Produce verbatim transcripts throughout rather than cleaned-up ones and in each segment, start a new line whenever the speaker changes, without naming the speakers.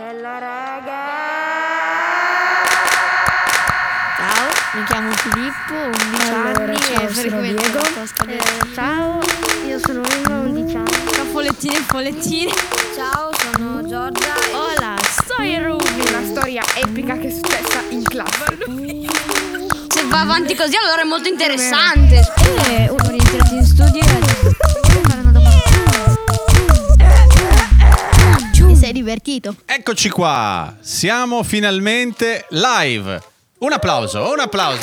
Bella raga!
Ciao, mi chiamo Filippo, undici
Allora,
anni
ciao,
e
sono
frequento
Diego.
la Tosca
Eh,
Bertini.
ciao, io sono Emma, undici anni.
Ciao follettine e follettine.
Ciao, sono Giorgia.
Hola, soy Ruby.
Una storia epica che è successa in classe.
Se va avanti così allora è molto interessante.
E uno rientrato in studio e fare una domanda. Ti sei divertito?
Eccoci qua, siamo finalmente live. Un applauso, un applauso.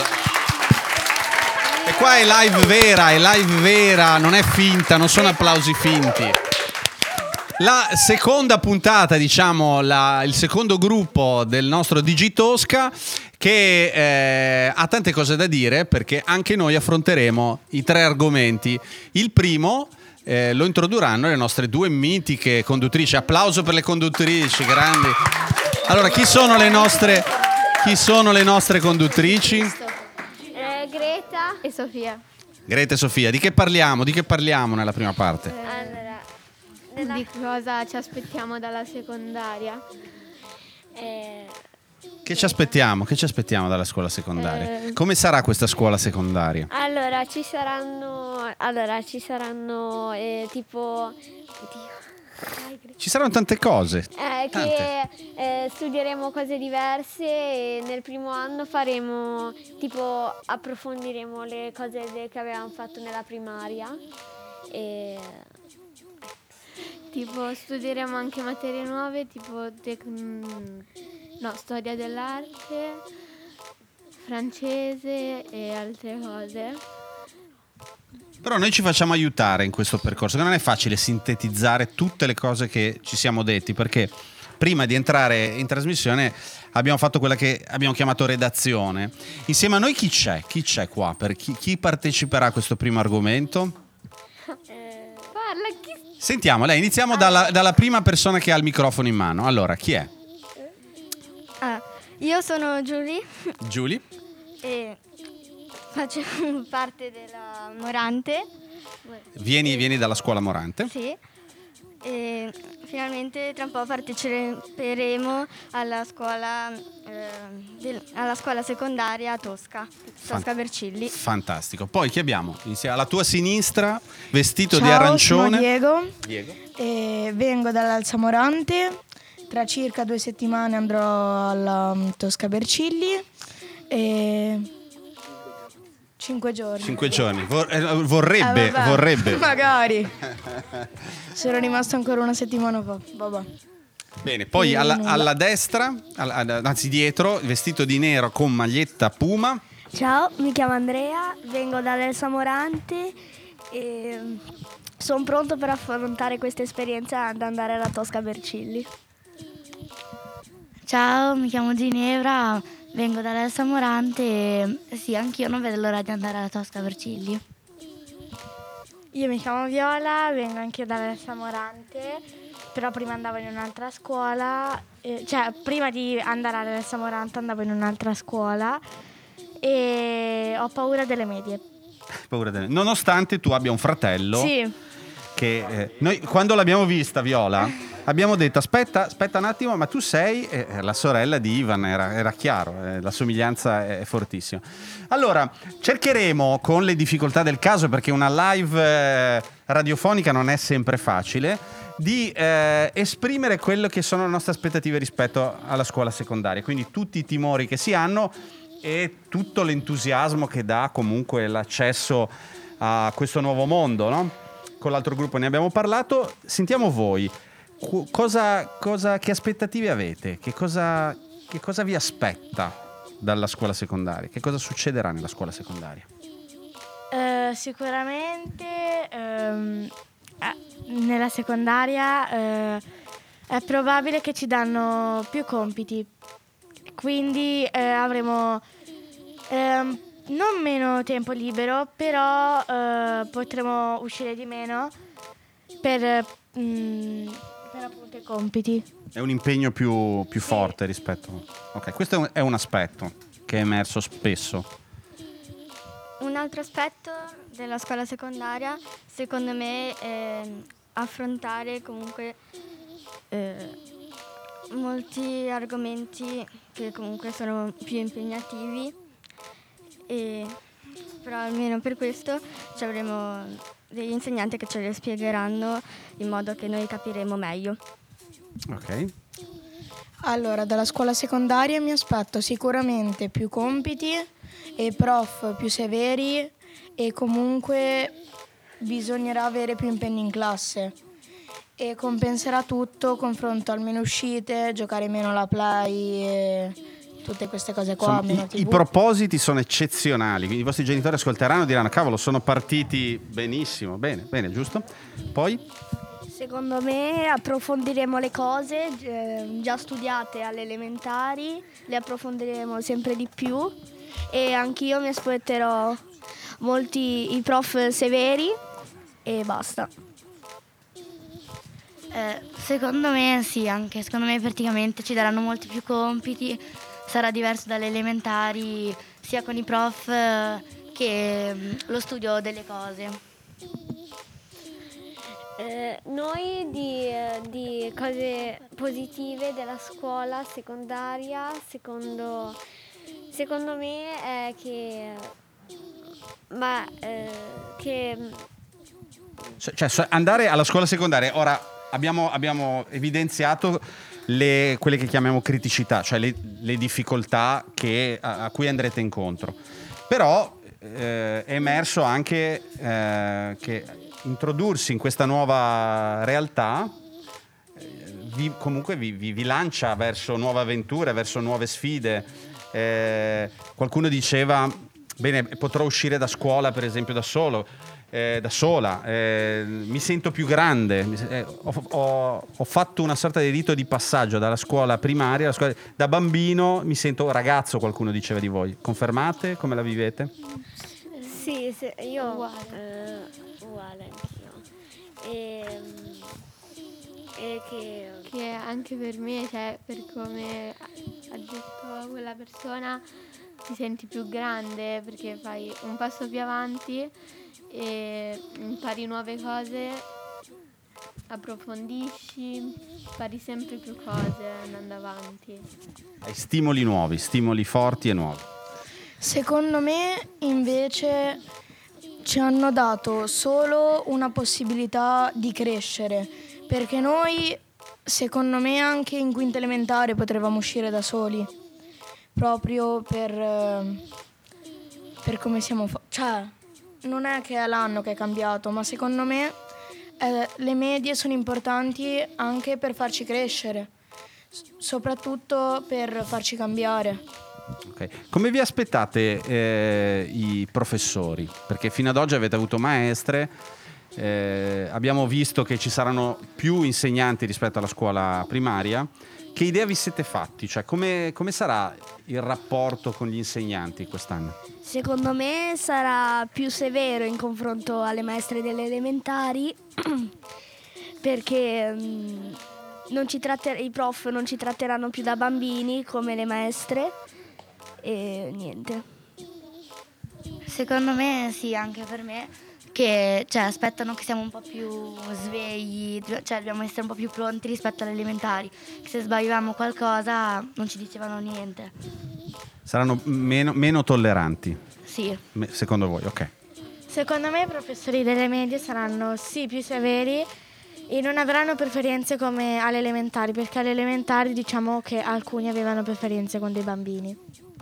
E qua è live vera, è live vera, non è finta, non sono applausi finti. La seconda puntata, diciamo, la, il secondo gruppo del nostro Digitosca che eh, ha tante cose da dire perché anche noi affronteremo i tre argomenti. Il primo eh, lo introdurranno le nostre due mitiche conduttrici. Applauso per le conduttrici, grandi. Allora, chi sono le nostre, chi sono le nostre conduttrici?
Eh, Greta e Sofia.
Greta e Sofia, di che parliamo? Di che parliamo nella prima parte?
Allora, di cosa ci aspettiamo dalla secondaria? Eh,
Che ci aspettiamo? Che ci aspettiamo dalla scuola secondaria?
Eh.
Come sarà questa scuola secondaria?
allora, ci saranno, allora, ci saranno eh, tipo... Dio.
Ci saranno tante cose.
Eh,
Tante.
che eh, studieremo cose diverse e nel primo anno faremo, tipo, approfondiremo le cose de- che avevamo fatto nella primaria e tipo studieremo anche materie nuove, tipo tec- no, storia dell'arte, francese e altre cose.
Però noi ci facciamo aiutare in questo percorso, che non è facile sintetizzare tutte le cose che ci siamo detti, perché prima di entrare in trasmissione abbiamo fatto quella che abbiamo chiamato redazione. Insieme a noi chi c'è? Chi c'è qua? Per chi, chi parteciperà a questo primo argomento?
Parla, chi...
Sentiamo, lei, iniziamo dalla, dalla prima persona che ha il microfono in mano. Allora, chi è?
Ah, io sono Giulia
Giulia?
e faccio parte della Morante,
Vieni, vieni dalla scuola Morante.
sì, e finalmente tra un po' parteciperemo alla scuola, eh, del- alla scuola secondaria Tosca, Tosca
Fan-
Bercilli.
Fantastico. Poi chi abbiamo? Inizia- Alla tua sinistra, vestito
Ciao,
di arancione.
sono Diego
Diego.
e vengo dall'Alza Morante. Tra circa due settimane andrò alla um, Tosca Bercilli e cinque giorni.
Cinque giorni. Vor- eh, vorrebbe,
Eh, vabbè.
vorrebbe.
Magari. Sono rimasto ancora una settimana fa. Vabbè.
Bene, poi
E
alla,
nulla.
alla destra, alla- alla- anzi dietro, vestito di nero con maglietta Puma.
Ciao, mi chiamo Andrea, vengo dall'Elsa Morante e sono pronto per affrontare questa esperienza ad andare alla Tosca Bercilli.
Ciao, mi chiamo Ginevra, vengo dall'Elsa Morante e sì, anch'io non vedo l'ora di andare alla Tosca Bercilli.
Io mi chiamo Viola, vengo anche dall'Elsa Morante, però prima andavo in un'altra scuola, eh, cioè prima di andare all'Elsa Morante andavo in un'altra scuola e ho paura delle medie.
Paura delle- Nonostante tu abbia un fratello
Sì,
che eh, noi quando l'abbiamo vista Viola abbiamo detto aspetta, aspetta un attimo, ma tu sei eh, la sorella di Ivan, era, era chiaro, eh, la somiglianza è, è fortissima. Allora, cercheremo con le difficoltà del caso, perché una live eh, radiofonica non è sempre facile, di eh, esprimere quello che sono le nostre aspettative rispetto alla scuola secondaria, quindi tutti i timori che si hanno e tutto l'entusiasmo che dà comunque l'accesso a questo nuovo mondo, no? Con l'altro gruppo ne abbiamo parlato. Sentiamo voi. Cu- Cosa, cosa, che aspettative avete? Che cosa, che cosa vi aspetta dalla scuola secondaria? Che cosa succederà nella scuola secondaria?
eh, sicuramente ehm, eh, nella secondaria eh, è probabile che ci danno più compiti, quindi eh, avremo ehm, non meno tempo libero, però eh, potremo uscire di meno per, mm, per appunto i compiti.
È un impegno più, più forte rispetto... Ok, questo è un, è un aspetto che è emerso spesso.
Un altro aspetto della scuola secondaria, secondo me, è affrontare comunque eh,
molti argomenti che comunque sono più impegnativi, e, però almeno per questo ci avremo degli insegnanti che ce le spiegheranno in modo che noi capiremo meglio.
Ok.
Allora, dalla scuola secondaria mi aspetto sicuramente più compiti e prof più severi, e comunque bisognerà avere più impegni in classe, e compenserà tutto confronto al meno uscite, giocare meno alla play e tutte queste cose qua.
Insomma,
meno
i,
T V.
i propositi sono eccezionali, quindi i vostri genitori ascolteranno e diranno: cavolo, sono partiti benissimo, bene, bene, giusto? Poi?
Secondo me approfondiremo le cose eh, già studiate alle elementari, le approfondiremo sempre di più, e anch'io mi aspetterò molti i prof severi e basta.
Eh, secondo me sì, anche secondo me praticamente ci daranno molti più compiti, sarà diverso dalle elementari sia con i prof eh, che mm, lo studio delle cose.
Eh, noi di, eh, di cose positive della scuola secondaria, secondo, secondo me è che, ma, eh, che
Cioè, so- andare alla scuola secondaria, ora abbiamo, abbiamo evidenziato le, quelle che chiamiamo criticità, cioè le, le difficoltà che, a, a cui andrete incontro. Però eh, è emerso anche eh, che introdursi in questa nuova realtà eh, vi, comunque vi, vi, vi lancia verso nuove avventure, verso nuove sfide. Eh, qualcuno diceva: bene, potrò uscire da scuola per esempio da solo, eh, da sola, eh, mi sento più grande, mi, eh, ho, ho, ho fatto una sorta di rito di passaggio dalla scuola primaria alla scuola, da bambino mi sento ragazzo, qualcuno diceva di voi. Confermate? Come la vivete?
sì, se, io uguale, eh, uguale anch'io. E, e che,
che anche per me, cioè per come ha detto quella persona, ti senti più grande perché fai un passo più avanti e impari nuove cose, approfondisci, impari sempre più cose andando avanti.
Hai stimoli nuovi, stimoli forti e nuovi.
Secondo me invece ci hanno dato solo una possibilità di crescere, perché noi secondo me anche in quinta elementare potevamo uscire da soli, proprio per, eh, per come siamo fatti. Cioè, non è che è l'anno che è cambiato, ma secondo me eh, le medie sono importanti anche per farci crescere, s- soprattutto per farci cambiare.
Okay. Come vi aspettate eh, i professori? Perché fino ad oggi avete avuto maestre, eh, abbiamo visto che ci saranno più insegnanti rispetto alla scuola primaria. Che idea vi siete fatti? Cioè, come, come sarà il rapporto con gli insegnanti quest'anno?
Secondo me sarà più severo in confronto alle maestre delle elementari perché mm, non ci tratter- i prof non ci tratteranno più da bambini come le maestre e niente.
Secondo me sì, anche per me, che cioè, aspettano che siamo un po' più svegli, cioè dobbiamo essere un po' più pronti rispetto alle elementari, che se sbagliavamo qualcosa non ci dicevano niente.
Saranno meno, meno tolleranti,
Sì.
me- secondo voi? Ok.
Secondo me i professori delle medie saranno sì più severi e non avranno preferenze come alle elementari, perché alle elementari diciamo che alcuni avevano preferenze con dei bambini.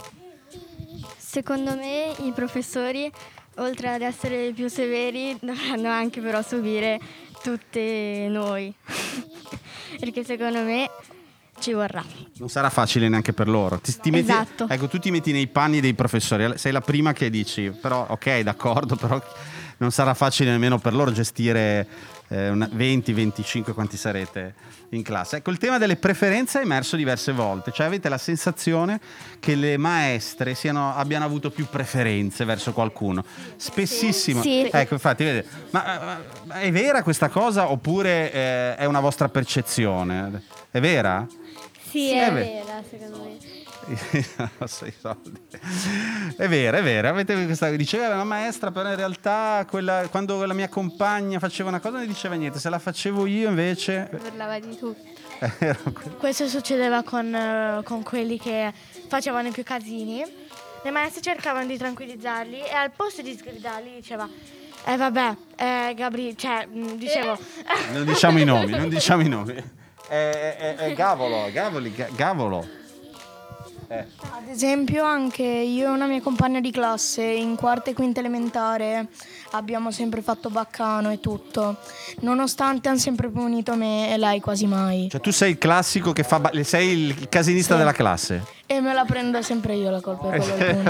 Secondo me i professori, oltre ad essere più severi, dovranno anche però subire tutte noi, perché secondo me ci vorrà.
Non sarà facile neanche per loro. Ti, ti metti,
Esatto.
Ecco, tu ti metti nei panni dei professori. Sei la prima che dici, però ok, d'accordo, però non sarà facile nemmeno per loro gestire eh, una venti venticinque, quanti sarete in classe. Ecco, il tema delle preferenze è emerso diverse volte. Cioè avete la sensazione che le maestre siano, abbiano avuto più preferenze verso qualcuno. Spessissimo.
Sì.
Ecco, infatti, vedete, ma, ma è vera questa cosa oppure eh, è una vostra percezione? È vera?
sì,
Sì,
è,
è vero.
vera secondo me.
Sei soldi. È vero, è vero. Avete questa, diceva la maestra, però in realtà quella, quando la mia compagna faceva una cosa non diceva niente, se la facevo io invece
Parlava di tutto.
Questo succedeva con, eh, con quelli che facevano più casini. Le maestre cercavano di tranquillizzarli e al posto di sgridarli diceva eh vabbè, eh, Gabri, cioè mh, dicevo
Non diciamo i nomi, non diciamo i nomi. Eh, eh, eh, Gavolo, Gavoli, ga- Gavolo. Eh.
Ad esempio anche io e una mia compagna di classe in quarta e quinta elementare abbiamo sempre fatto baccano e tutto, nonostante hanno sempre punito me e lei quasi mai.
Cioè tu sei il classico che fa ba- sei il casinista
Sì.
della classe.
E me la prendo sempre io la colpa è quello del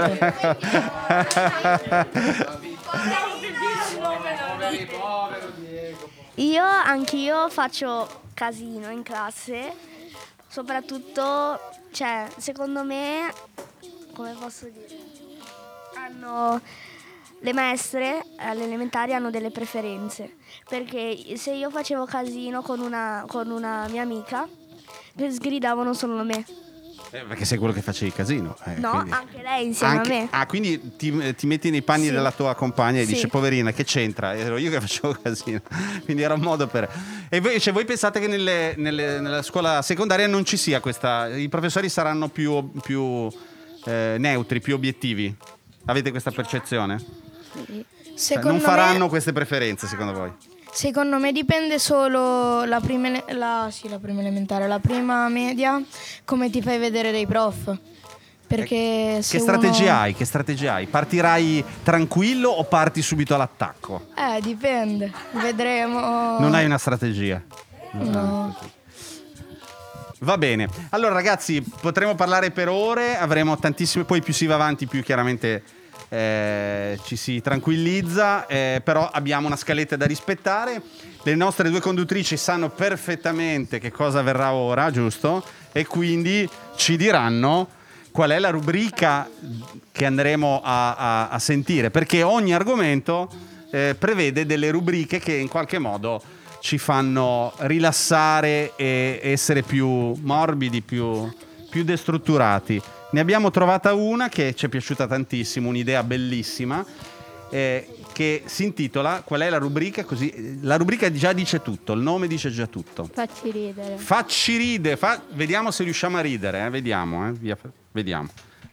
punto.
Io, anch'io faccio casino in classe, soprattutto, cioè, secondo me, come posso dire, hanno, le maestre alle elementari hanno delle preferenze, perché se io facevo casino con una, con una mia amica, sgridavano solo me.
Eh, perché sei quello che facevi casino. Eh,
No,
quindi-
anche lei insieme
Anche-
a me.
Ah, quindi ti, ti metti nei panni
Sì.
della tua compagna e
Sì.
dici poverina, che c'entra? Ero io che facevo casino. Quindi era un modo per... E voi, cioè, voi pensate che nelle- nelle- nella scuola secondaria non ci sia questa... I professori saranno più, più eh, neutri, più obiettivi? Avete questa percezione? Cioè,
Secondo
non faranno
me,
queste preferenze, secondo voi?
secondo me dipende solo la prima, ele- la, sì, la prima elementare, la prima media, come ti fai vedere dei prof. Perché se
Che strategia
uno-
hai? Che strategia hai? Partirai tranquillo o parti subito all'attacco?
Eh, dipende, vedremo.
Non hai una strategia?
No.
Va bene. Allora ragazzi, potremo parlare per ore, avremo tantissime, poi più si va avanti più chiaramente eh, ci si tranquillizza, eh, però abbiamo una scaletta da rispettare. Le nostre due conduttrici sanno perfettamente che cosa verrà ora, giusto? E quindi ci diranno qual è la rubrica che andremo a, a- a sentire, perché ogni argomento eh, prevede delle rubriche che in qualche modo ci fanno rilassare e essere più morbidi, più, più destrutturati. Ne abbiamo trovata una che ci è piaciuta tantissimo, un'idea bellissima, eh, che si intitola qual è la rubrica? Così, la rubrica già dice tutto, il nome dice già tutto.
Facci ridere.
Facci ridere, fa- vediamo se riusciamo a ridere, eh? vediamo, eh? Via- vediamo.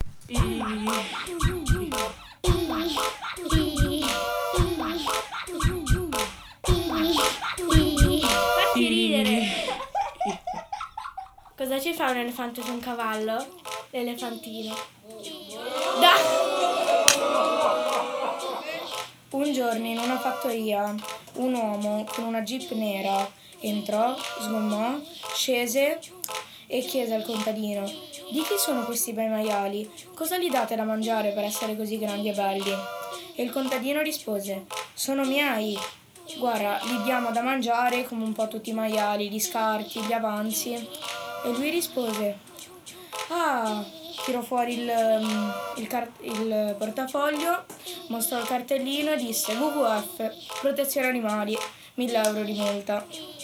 fatti ridere. Cosa ci fa un elefante su un cavallo? L'elefantino.
Un giorno in una fattoria un uomo con una jeep nera entrò, sgommò, scese e chiese al contadino: di chi sono questi bei maiali? Cosa gli date da mangiare per essere così grandi e belli? E il contadino rispose: sono miei. Guarda, li diamo da mangiare come un po' tutti i maiali, gli scarti, gli avanzi. E lui rispose: ah, tirò fuori il, um, il, car- il portafoglio, mostrò il cartellino e disse: W W F, protezione animali, mille euro di multa.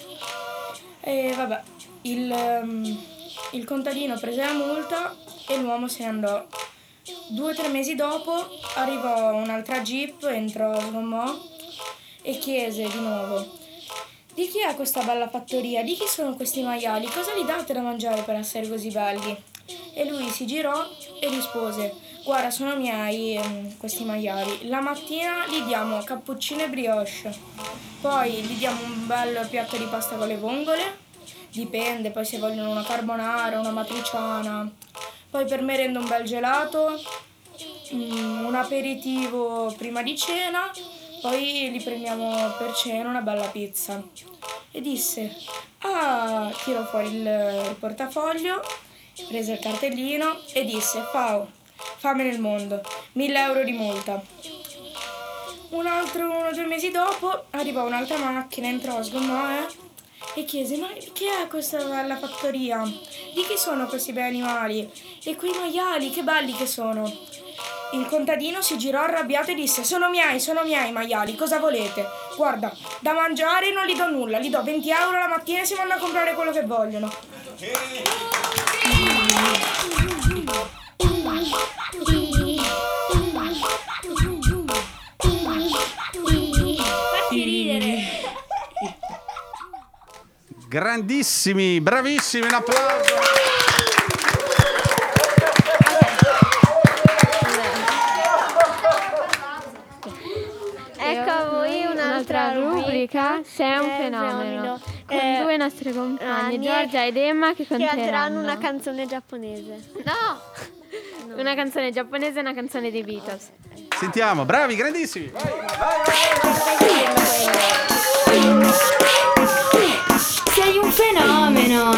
E vabbè, il, um, il contadino prese la multa e l'uomo se ne andò. Due o tre mesi dopo arrivò un'altra jeep, entrò, sgommò e chiese di nuovo: di chi è questa bella fattoria? Di chi sono questi maiali? Cosa gli date da mangiare per essere così belli? E lui si girò e rispose: guarda, sono miei ehm, questi maiali. La mattina gli diamo cappuccino e brioche, poi gli diamo un bel piatto di pasta con le vongole, dipende, poi se vogliono una carbonara, una matriciana, poi per merenda un bel gelato, mm, un aperitivo prima di cena, poi li prendiamo per cena una bella pizza. E disse: ah, tirò fuori il, il portafoglio, prese il cartellino e disse: Fao, fame nel mondo, mille euro di multa. Un altro, uno o due mesi dopo, arrivò un'altra macchina, entrò, sgommò eh, e chiese: ma che è questa bella fattoria? Di chi sono questi bei animali? E quei maiali, che belli che sono! Il contadino si girò arrabbiato e disse: sono miei, sono miei maiali, cosa volete? Guarda, da mangiare non gli do nulla, gli do venti euro la mattina e si vanno a comprare quello che vogliono.
Fatti ridere.
Grandissimi, bravissimi, un applauso.
Ecco a voi un'altra rubrica, Sei un fenomeno, con
Eh,
due nostre compagne,
Annie
Giorgia ed Emma, che
canteranno
canteranno
una canzone giapponese.
No! Una canzone giapponese e una canzone dei Beatles.
Sentiamo, bravi, grandissimi. Vai,
Sei un fenomeno.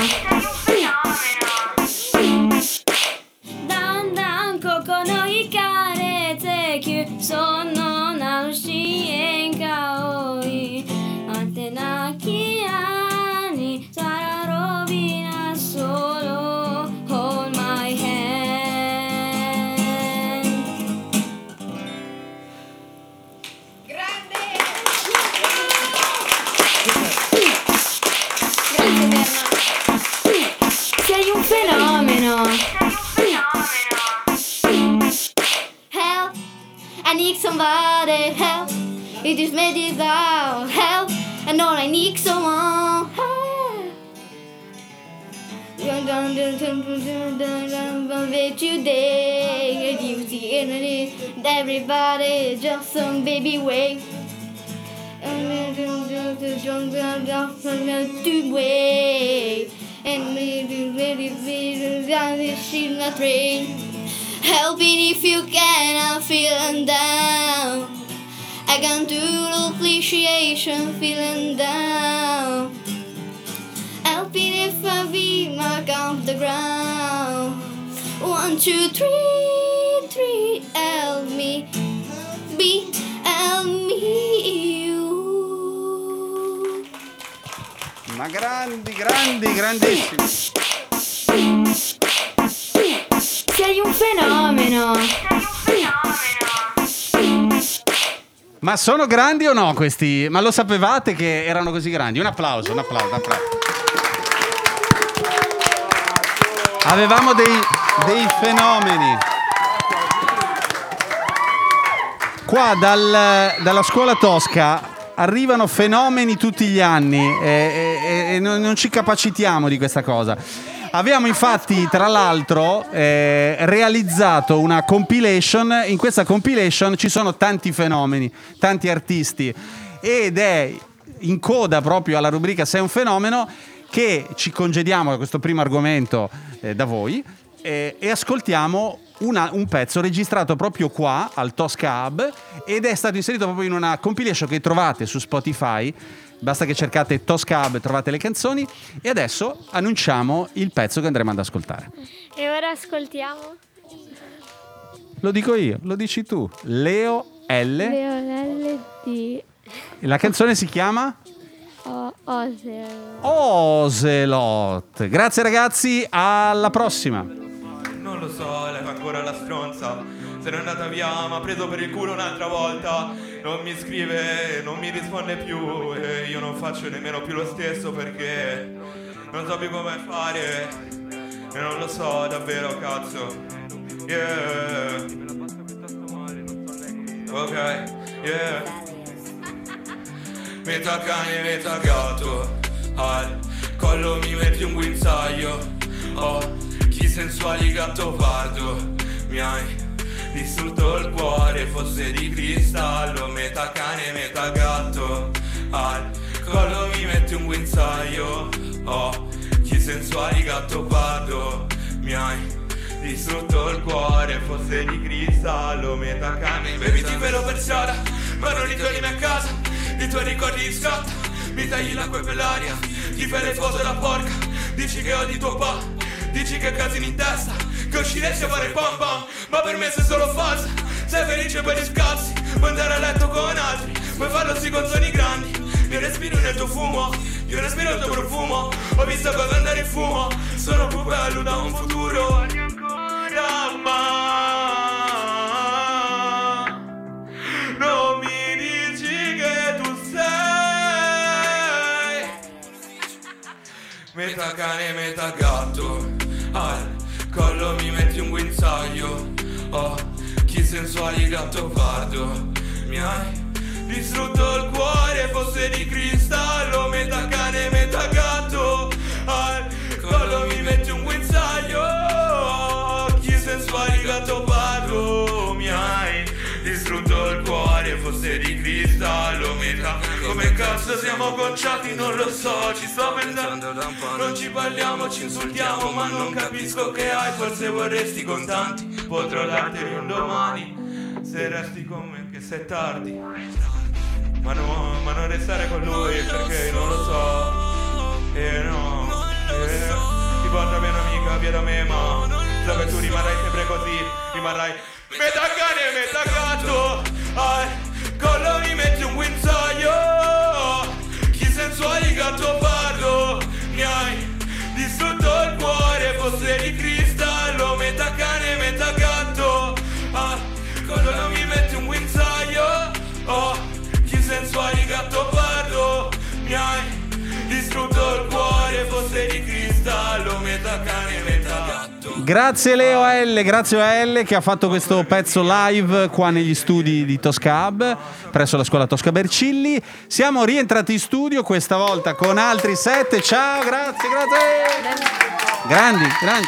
Daんだん心惹かれてくその名の支援が多いあてなきやにさらろびなソロ Hold my hand
Sei un fenomeno.
Help, I need somebody help. It is medical help. I know I need someone help. Dun dun dun dun dun dun dun dun dun today. You see it, everybody just some baby wave. And dun dun dun dun dun dun dun to wave. And we do really really down this in a train. Helping if you can, I'm feeling down. I can do the appreciation, feeling down. Helping if I be mark off the ground. One, two, three, three, help me, be, help me, you.
Ma grandi, grandi, grandissimi.
Sei un fenomeno.
Ma sono grandi o no questi? Ma lo sapevate che erano così grandi? Un applauso, un applauso, un applauso. Avevamo dei, dei fenomeni. Qua dal, dalla scuola Tosca arrivano fenomeni tutti gli anni e, e, e non, non ci capacitiamo di questa cosa. Abbiamo infatti, tra l'altro, eh, realizzato una compilation. In questa compilation ci sono tanti fenomeni, tanti artisti, ed è in coda proprio alla rubrica Sei un fenomeno che ci congediamo da questo primo argomento eh, da voi eh, e ascoltiamo una, un pezzo registrato proprio qua al Tosca Hub ed è stato inserito proprio in una compilation che trovate su Spotify. Basta che cercate Tosca Hub e trovate le canzoni. E adesso annunciamo il pezzo che andremo ad ascoltare.
E ora ascoltiamo
Lo dico io, lo dici tu. Leo L.
Leonelle di
La canzone si chiama
o- Oser.
Ocelot. Grazie ragazzi, alla prossima.
Non lo so, lei fa ancora la stronza. Se n'è andata via, m'ha preso per il culo un'altra volta. Non mi scrive, non mi risponde più. E io non faccio nemmeno più lo stesso perché non so più come fare. E non lo so davvero, cazzo. Yeah. Ok, yeah. Metà cane, metà gatto. Al collo mi metti un guinzaglio. Oh, chi sensuali gatto pardo. Mi hai distrutto il cuore, fosse di cristallo. Metà cane, metà gatto. Al collo mi metti un guinzaglio. Oh, chi sensuali gatto pardo. Mi hai distrutto il cuore, fosse di cristallo. Metà cane, beviti velo per strada, ma non ritorni a casa. I tuoi ricordi di scatta, mi tagli l'acqua per l'aria. Ti fai le foto da porca, dici che odi tuo pa. Dici che casini in testa, che usciresti a fare pom pom. Ma per me sei solo falsa, sei felice per gli scazzi. Puoi andare a letto con altri, puoi farlo sì con suoni grandi. Mi respiro nel tuo fumo, io respiro il tuo profumo. Ho visto cosa andare in fumo, sono più bello da un futuro. Ancora ma non mi dici che tu sei metà cane, metà gatto. Al collo mi metti un guinzaglio. Oh, chi sensuali gatto pardo. Mi hai distrutto il cuore, fosse di cristallo. Metà cane, metà gatto. forse siamo conciati, non lo so, ci sto pensando da un po'. Non ci parliamo, ci insultiamo, ma non capisco che hai. Forse vorresti contanti, potrò darteli un domani, se resti con me che sei tardi. Ma, no, ma non restare con lui perché non lo so. E no, eh, ti porta bene amica, via da me, ma so che tu rimarrai sempre così, rimarrai metà cane e metà gatto. Al collo mi metti un guinzaglio, chi sensuali gatto parlo. Mi hai distrutto il cuore, fosse di cristallo, metà cane e metà gatto. Al collo mi metti un guinzaglio, oh, chi sensuali gatto parlo. Mi hai distrutto il cuore, fosse di cristallo, metà cane e metà gatto.
Grazie Leo L, grazie a L che ha fatto questo pezzo live qua negli studi di Tosca Hub presso la scuola Tosca Bercilli. Siamo rientrati in studio questa volta con altri sette. Ciao, grazie, grazie. Grandi, grandi.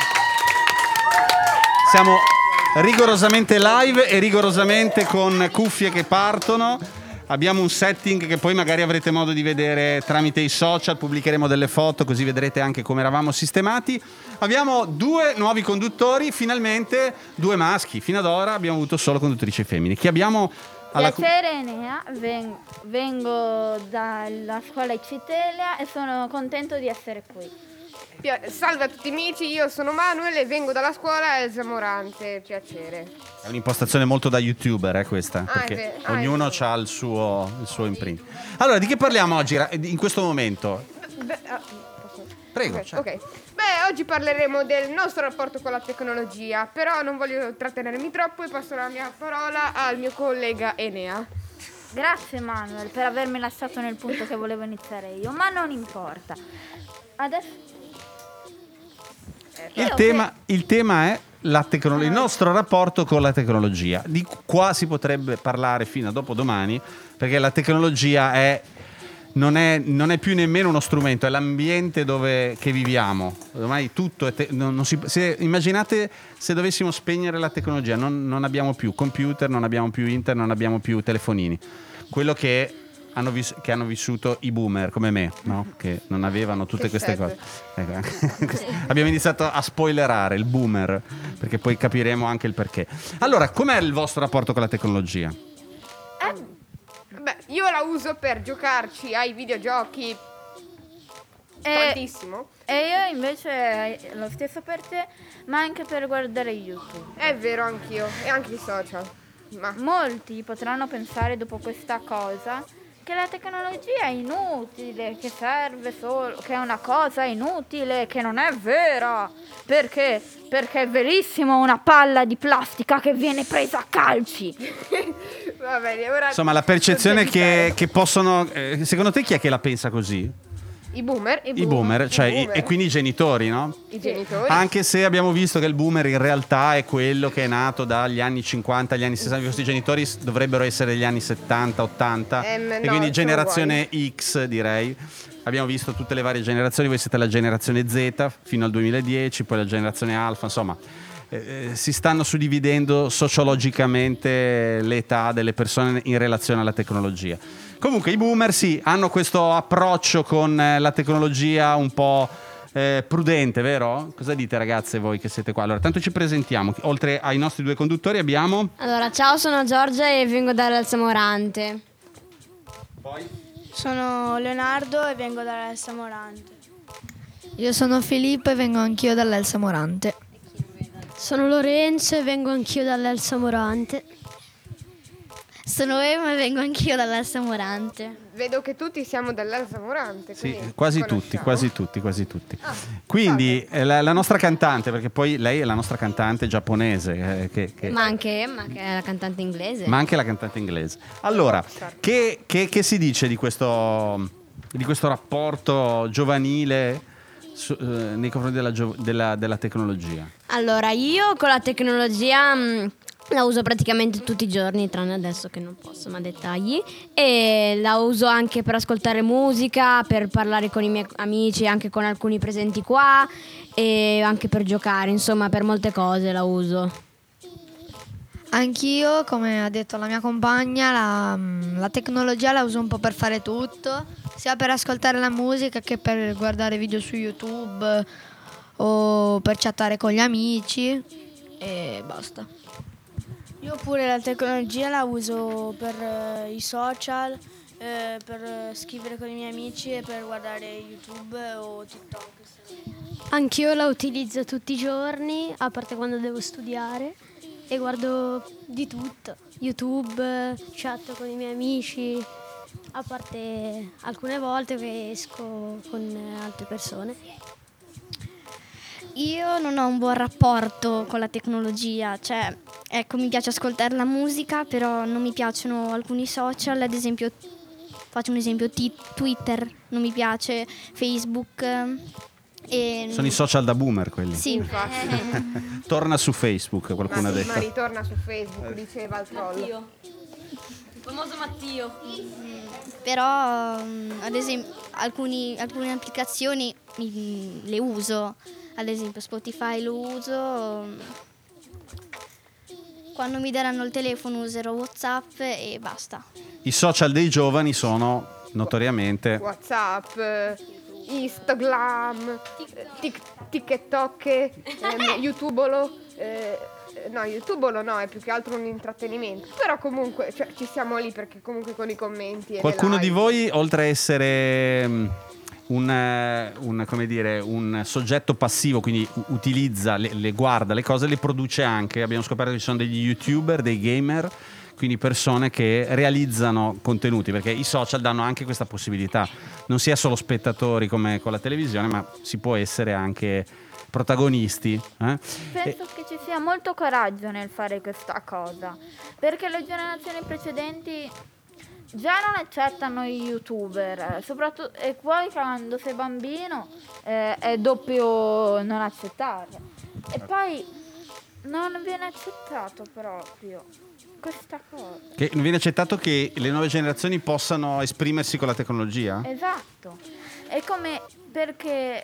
Siamo rigorosamente live e rigorosamente con cuffie che partono. Abbiamo un setting che poi magari avrete modo di vedere tramite i social, pubblicheremo delle foto così vedrete anche come eravamo sistemati. Abbiamo due nuovi conduttori, finalmente due maschi. Fino ad ora abbiamo avuto solo conduttrici femmine. Chi abbiamo alla...
Piacere Enea, ven- vengo dalla scuola Icitelia e sono contento di essere qui.
Salve a tutti amici, io sono Manuel e vengo dalla scuola Elsa Morante, piacere.
È un'impostazione molto da youtuber, eh, questa,
Ah,
perché
è ver-
ognuno
ah,
ha il suo, il suo imprint. Allora, di che parliamo oggi, ra- in questo momento?
Beh, ah, posso-
Prego,
ok,
certo.
ok. Beh, oggi parleremo del nostro rapporto con la tecnologia, però non voglio trattenermi troppo e passo la mia parola al mio collega Enea.
Grazie Manuel per avermi lasciato nel punto che volevo iniziare io, ma non importa. Adesso
Il
Io
tema, il tema è la tecno- il nostro rapporto con la tecnologia. Di qua si potrebbe parlare fino a dopodomani, perché la tecnologia è, non, è, non è più nemmeno uno strumento, è l'ambiente dove, che viviamo. Ormai tutto è te- non, non si, se, immaginate se dovessimo spegnere la tecnologia, non, non abbiamo più computer, non abbiamo più internet, non abbiamo più telefonini. Quello che hanno, vis- che hanno vissuto i boomer come me, no? Che non avevano tutte
Che
queste
sad.
cose. Ecco. Abbiamo iniziato a spoilerare il boomer, perché poi capiremo anche il perché. Allora, com'è il vostro rapporto con la tecnologia?
Beh, io la uso per giocarci ai videogiochi tantissimo.
E io invece lo stesso per te, ma anche per guardare YouTube.
È vero, anch'io, e anche i social. Ma
molti potranno pensare dopo questa cosa che la tecnologia è inutile, che serve solo, che è una cosa inutile, che non è vera. Perché? Perché è verissimo una palla di plastica che viene presa a calci.
Va bene, ora
Insomma, la percezione che, che possono... eh, secondo te chi è che la pensa così?
I boomer,
I boomer, cioè,
i
i-
boomer.
e quindi i genitori, no?
I genitori.
Anche se abbiamo visto che il boomer in realtà è quello che è nato dagli anni cinquanta agli anni sessanta, i vostri genitori s- dovrebbero essere degli anni settanta, ottanta,
Ehm,
e
no,
quindi
sono
generazione X, direi. Abbiamo visto tutte le varie generazioni, voi siete la generazione Z fino al duemiladieci, poi la generazione Alfa, insomma, eh, eh, si stanno suddividendo sociologicamente le età delle persone in relazione alla tecnologia. Comunque i boomer sì, hanno questo approccio con eh, la tecnologia un po' eh, prudente, vero? Cosa dite ragazze voi che siete qua? Allora, tanto ci presentiamo. Oltre ai nostri due conduttori abbiamo...
Allora, ciao, sono Giorgia e vengo dall'Elsa Morante.
Poi?
Sono Leonardo e vengo dall'Elsa Morante.
Io sono Filippo e vengo anch'io dall'Elsa Morante.
Sono Lorenzo e vengo anch'io dall'Elsa Morante. Sono Emma e vengo anch'io dall'Elsa Morante.
Vedo che tutti siamo dall'Elsa Morante.
Sì,
quindi
quasi
conosciamo.
tutti, quasi tutti, quasi tutti.
Ah,
Quindi eh, la, la nostra cantante, perché poi lei è la nostra cantante giapponese, eh, che, che-
Ma anche Emma, che è la cantante inglese.
ma anche la cantante inglese. Allora, che, che- che si dice di questo, di questo rapporto giovanile su- eh, nei confronti della, gio- della- della tecnologia?
Allora, io con la tecnologia mh, la uso praticamente tutti i giorni, tranne adesso che non posso, ma dettagli. E la uso anche per ascoltare musica, per parlare con i miei amici, anche con alcuni presenti qua, e anche per giocare, insomma, per molte cose la uso.
Anch'io, come ha detto la mia compagna, la, la tecnologia la uso un po' per fare tutto,
sia per ascoltare la musica che per guardare video su YouTube o per chattare con gli amici e basta.
Io pure la tecnologia la uso per eh, i social, eh, per eh, scrivere con i miei amici e per guardare YouTube o TikTok.
Anch'io la utilizzo tutti i giorni, a parte quando devo studiare, e guardo di tutto, YouTube, chat con i miei amici, a parte alcune volte che esco con altre persone.
Io non ho un buon rapporto con la tecnologia, cioè, ecco, mi piace ascoltare la musica, però non mi piacciono alcuni social, ad esempio, faccio un esempio, t- Twitter, non mi piace, Facebook. E...
Sono i social da boomer quelli.
Sì,
infatti.
Torna su Facebook, qualcuno
ma,
ha
sì,
detto.
ma ritorna su Facebook, diceva il troll.
Mattio. Il famoso Mattio.
però ad esempio alcuni, alcune applicazioni mi, le uso, ad esempio Spotify lo uso, quando mi daranno il telefono userò WhatsApp e basta.
I social dei giovani sono notoriamente
WhatsApp, Instagram, tic- TikTok, ehm, YouTubolo, eh, no, YouTubolo no, è più che altro un intrattenimento, però comunque cioè, ci siamo lì perché comunque con i commenti e
qualcuno
le
di
like.
voi, oltre a essere um, un, eh, un, come dire, un soggetto passivo, quindi u- utilizza, le, le guarda, le cose le produce anche, abbiamo scoperto che ci sono degli YouTuber, dei gamer, quindi persone che realizzano contenuti, perché i social danno anche questa possibilità, non si è solo spettatori come con la televisione, ma si può essere anche protagonisti. eh?
Penso
E-
che ci sia molto coraggio nel fare questa cosa, perché le generazioni precedenti già non accettano i YouTuber, eh, soprattutto, e poi quando sei bambino eh, è doppio non accettare, e poi non viene accettato proprio questa cosa.
Che non viene accettato che le nuove generazioni possano esprimersi con la tecnologia?
Esatto, è come perché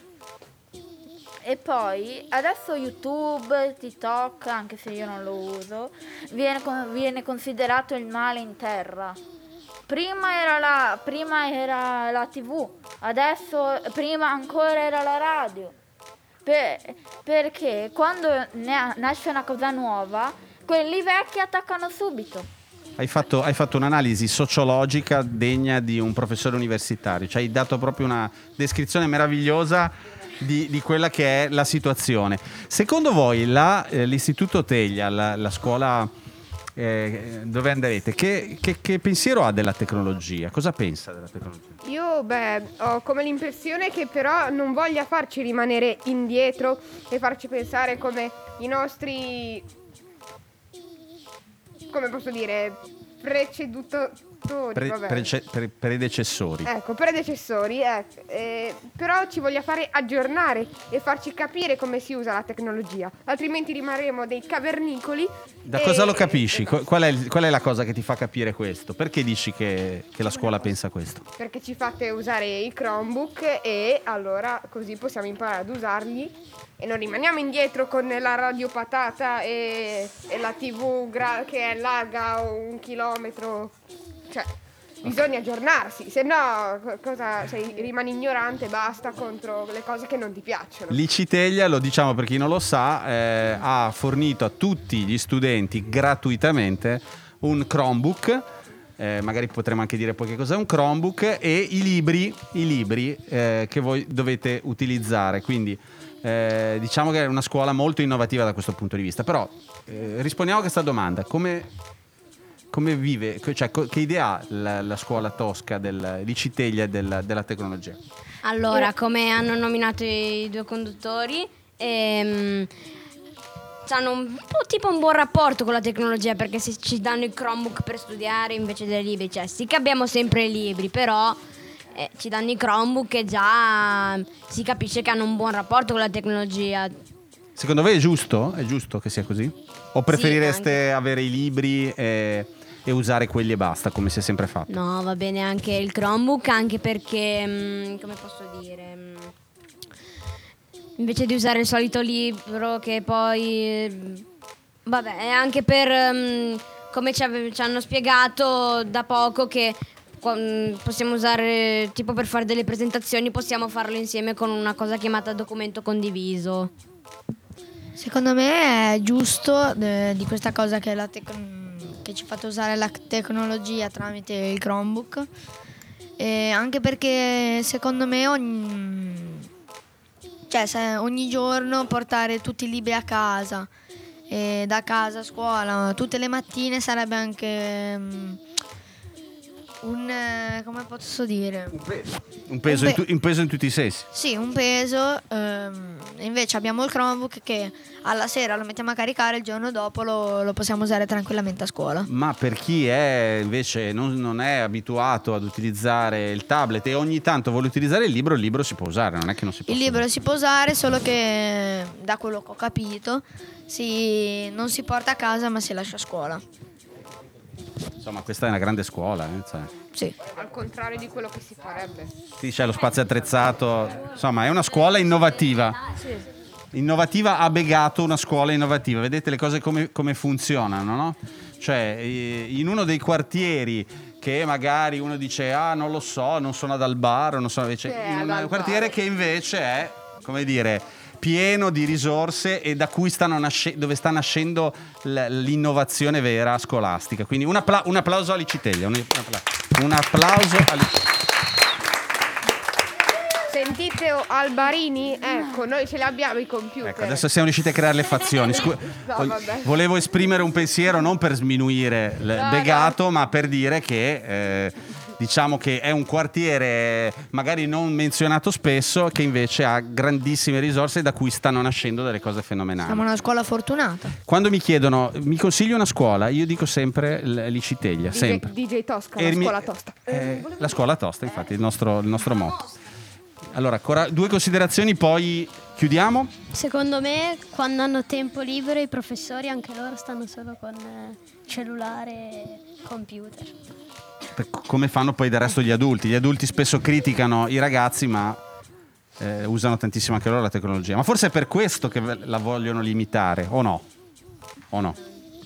e poi adesso YouTube, TikTok, anche se io non lo uso, viene, con- viene considerato il male in terra. Prima era la, prima era la tivù, adesso prima ancora era la radio. Per- perché quando ne- nasce una cosa nuova, quelli vecchi attaccano subito.
Hai fatto, hai fatto un'analisi sociologica degna di un professore universitario, ci hai dato proprio una descrizione meravigliosa di, di quella che è la situazione. Secondo voi la, eh, l'Istituto Teglia, la, la scuola eh, dove andrete, che, che, che pensiero ha della tecnologia? Cosa pensa della tecnologia?
Io beh ho come l'impressione che però non voglia farci rimanere indietro e farci pensare come i nostri, come posso dire, precedutori,
Pre-
vabbè.
prece- pre- predecessori.
Ecco, predecessori, ecco, eh, però ci voglia fare aggiornare e farci capire come si usa la tecnologia, altrimenti rimarremo dei cavernicoli.
Da
e-
cosa lo capisci? Qu- Qual è, il- qual è la cosa che ti fa capire questo? Perché dici che, che la scuola pensa questo?
Perché ci fate usare i Chromebook e allora così possiamo imparare ad usarli e non rimaniamo indietro con la radio patata e, e la tivù gra- che è larga un chilometro. Cioè, bisogna aggiornarsi, se no co- cosa, sei, rimani ignorante e basta contro le cose che non ti piacciono.
L'I C Teglia, lo diciamo per chi non lo sa, eh, ha fornito a tutti gli studenti gratuitamente un Chromebook, eh, magari potremmo anche dire poi che cos'è un Chromebook, e i libri, i libri eh, che voi dovete utilizzare. Quindi eh, diciamo che è una scuola molto innovativa da questo punto di vista. Però eh, rispondiamo a questa domanda: come... Come vive, cioè co- che idea ha la, la scuola tosca del, di Citeglia del, della tecnologia?
Allora, come hanno nominato i due conduttori, ehm, hanno un po' tipo un buon rapporto con la tecnologia, perché se ci danno i Chromebook per studiare invece dei libri, cioè sì che abbiamo sempre i libri, però eh, ci danno i Chromebook e già si capisce che hanno un buon rapporto con la tecnologia.
Secondo voi è giusto? È giusto che sia così? O preferireste avere i libri e, e usare quelli e basta, come si è sempre fatto?
No, va bene anche il Chromebook, anche perché, mh, come posso dire, mh, invece di usare il solito libro che poi, mh, vabbè, è anche per, mh, come ci, ave- ci hanno spiegato da poco, che qua- possiamo usare, tipo per fare delle presentazioni, possiamo farlo insieme con una cosa chiamata documento condiviso.
Secondo me è giusto eh, di questa cosa che, la tec- che ci fate usare la tecnologia tramite il Chromebook, e anche perché secondo me ogni, cioè, se ogni giorno portare tutti i libri a casa, e da casa a scuola tutte le mattine sarebbe anche um, un eh, come posso dire
un peso, un peso, in, tu- un peso in tutti i sensi.
sì, un peso. ehm, invece abbiamo il Chromebook che alla sera lo mettiamo a caricare, il giorno dopo lo, lo possiamo usare tranquillamente a scuola.
Ma per chi è invece non, non è abituato ad utilizzare il tablet e ogni tanto vuole utilizzare il libro, il libro si può usare, non è che non si può
Il libro si può usare, solo che da quello che ho capito si, non si porta a casa ma si lascia a scuola.
Insomma, questa è una grande scuola, eh, cioè.
Sì.
Al contrario di quello che si farebbe.
Sì, c'è lo spazio attrezzato, insomma è una scuola innovativa. Innovativa ha begato una scuola innovativa. Vedete le cose come, come funzionano, no? Cioè eh, in uno dei quartieri che magari uno dice ah non lo so, non sono ad Albaro, non sono invece
Che è
in
ad
un
Albaro.
quartiere che invece è, come dire, pieno di risorse e da cui stanno nasce- dove sta nascendo l- l'innovazione vera scolastica. Quindi un, appla- un applauso a Licitella, un, appla- un applauso a Licitella.
Sentite oh, Albarini? Ecco, noi ce li abbiamo i computer.
Ecco, adesso siamo riusciti a creare le fazioni. Scu-
No,
Vol-
vabbè.
volevo esprimere un pensiero non per sminuire il
No,
Begato, ma per dire che eh, diciamo che è un quartiere magari non menzionato spesso, che invece ha grandissime risorse da cui stanno nascendo delle cose fenomenali.
Siamo una scuola fortunata.
Quando mi chiedono mi consigli una scuola, io dico sempre l- Licitella,
D J,
sempre.
D J Tosca,
E
la
mi-
scuola tosta.
Eh, la scuola tosta, infatti, il nostro, il nostro motto. Allora, ancora due considerazioni, poi chiudiamo.
Secondo me, quando hanno tempo libero, i professori anche loro stanno solo con eh, cellulare e computer.
Per- come fanno poi del resto gli adulti. Gli adulti spesso criticano i ragazzi, ma eh, usano tantissimo anche loro la tecnologia. Ma forse è per questo che ve- la vogliono limitare, o no? O no?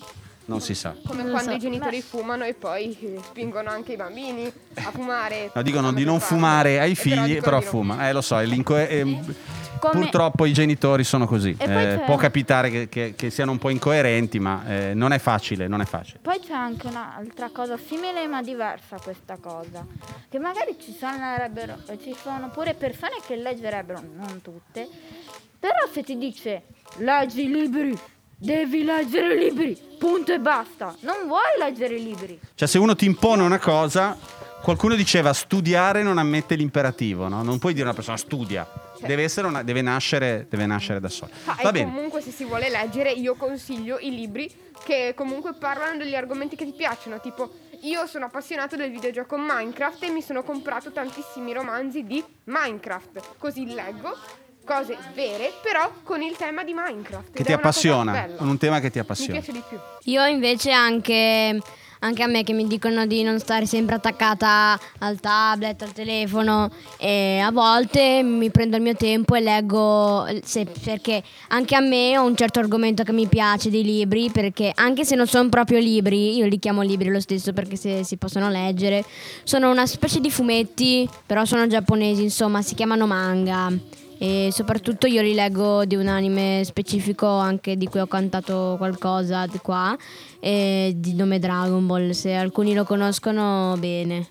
Non si sa.
Come
Non
quando
so.
i genitori fumano e poi eh, spingono anche i bambini a fumare.
No, dicono di
Come
non
per farlo.
fumare ai
E
figli,
dicono
però
di non
fumano. Eh, lo so, è l'inco- è-
Come-
purtroppo i genitori sono così.
E poi
Eh,
c'è-
può capitare che, che- che siano un po' incoerenti, ma eh, non è facile, non è facile.
Poi c'è anche un'altra cosa simile ma diversa a questa cosa, che magari ci sarebbero, ci sono pure persone che leggerebbero, non tutte, però se ti dice leggi i libri, devi leggere i libri, punto e basta, non vuoi leggere i libri.
Cioè, se uno ti impone una cosa, qualcuno diceva studiare non ammette l'imperativo, no? Non puoi dire a una persona studia, deve essere una, deve nascere, deve nascere da sola.
Ah,
Va
e
bene.
comunque se si vuole leggere io consiglio i libri che comunque parlano degli argomenti che ti piacciono, tipo io sono appassionato del videogioco Minecraft e mi sono comprato tantissimi romanzi di Minecraft, così leggo cose vere però con il tema di Minecraft.
Che
ed
ti
è una cosa
appassiona,
bella.
con un tema che ti
Mi
appassiona.
piace di più.
Io invece anche, anche a me che mi dicono di non stare sempre attaccata al tablet, al telefono, e a volte mi prendo il mio tempo e leggo, se- perché anche a me ho un certo argomento che mi piace dei libri, perché anche se non sono proprio libri, io li chiamo libri lo stesso perché se si possono leggere, sono una specie di fumetti, però sono giapponesi, insomma si chiamano manga. E soprattutto io li leggo di un anime specifico anche di cui ho cantato qualcosa di qua, e di nome Dragon Ball, se alcuni lo conoscono bene.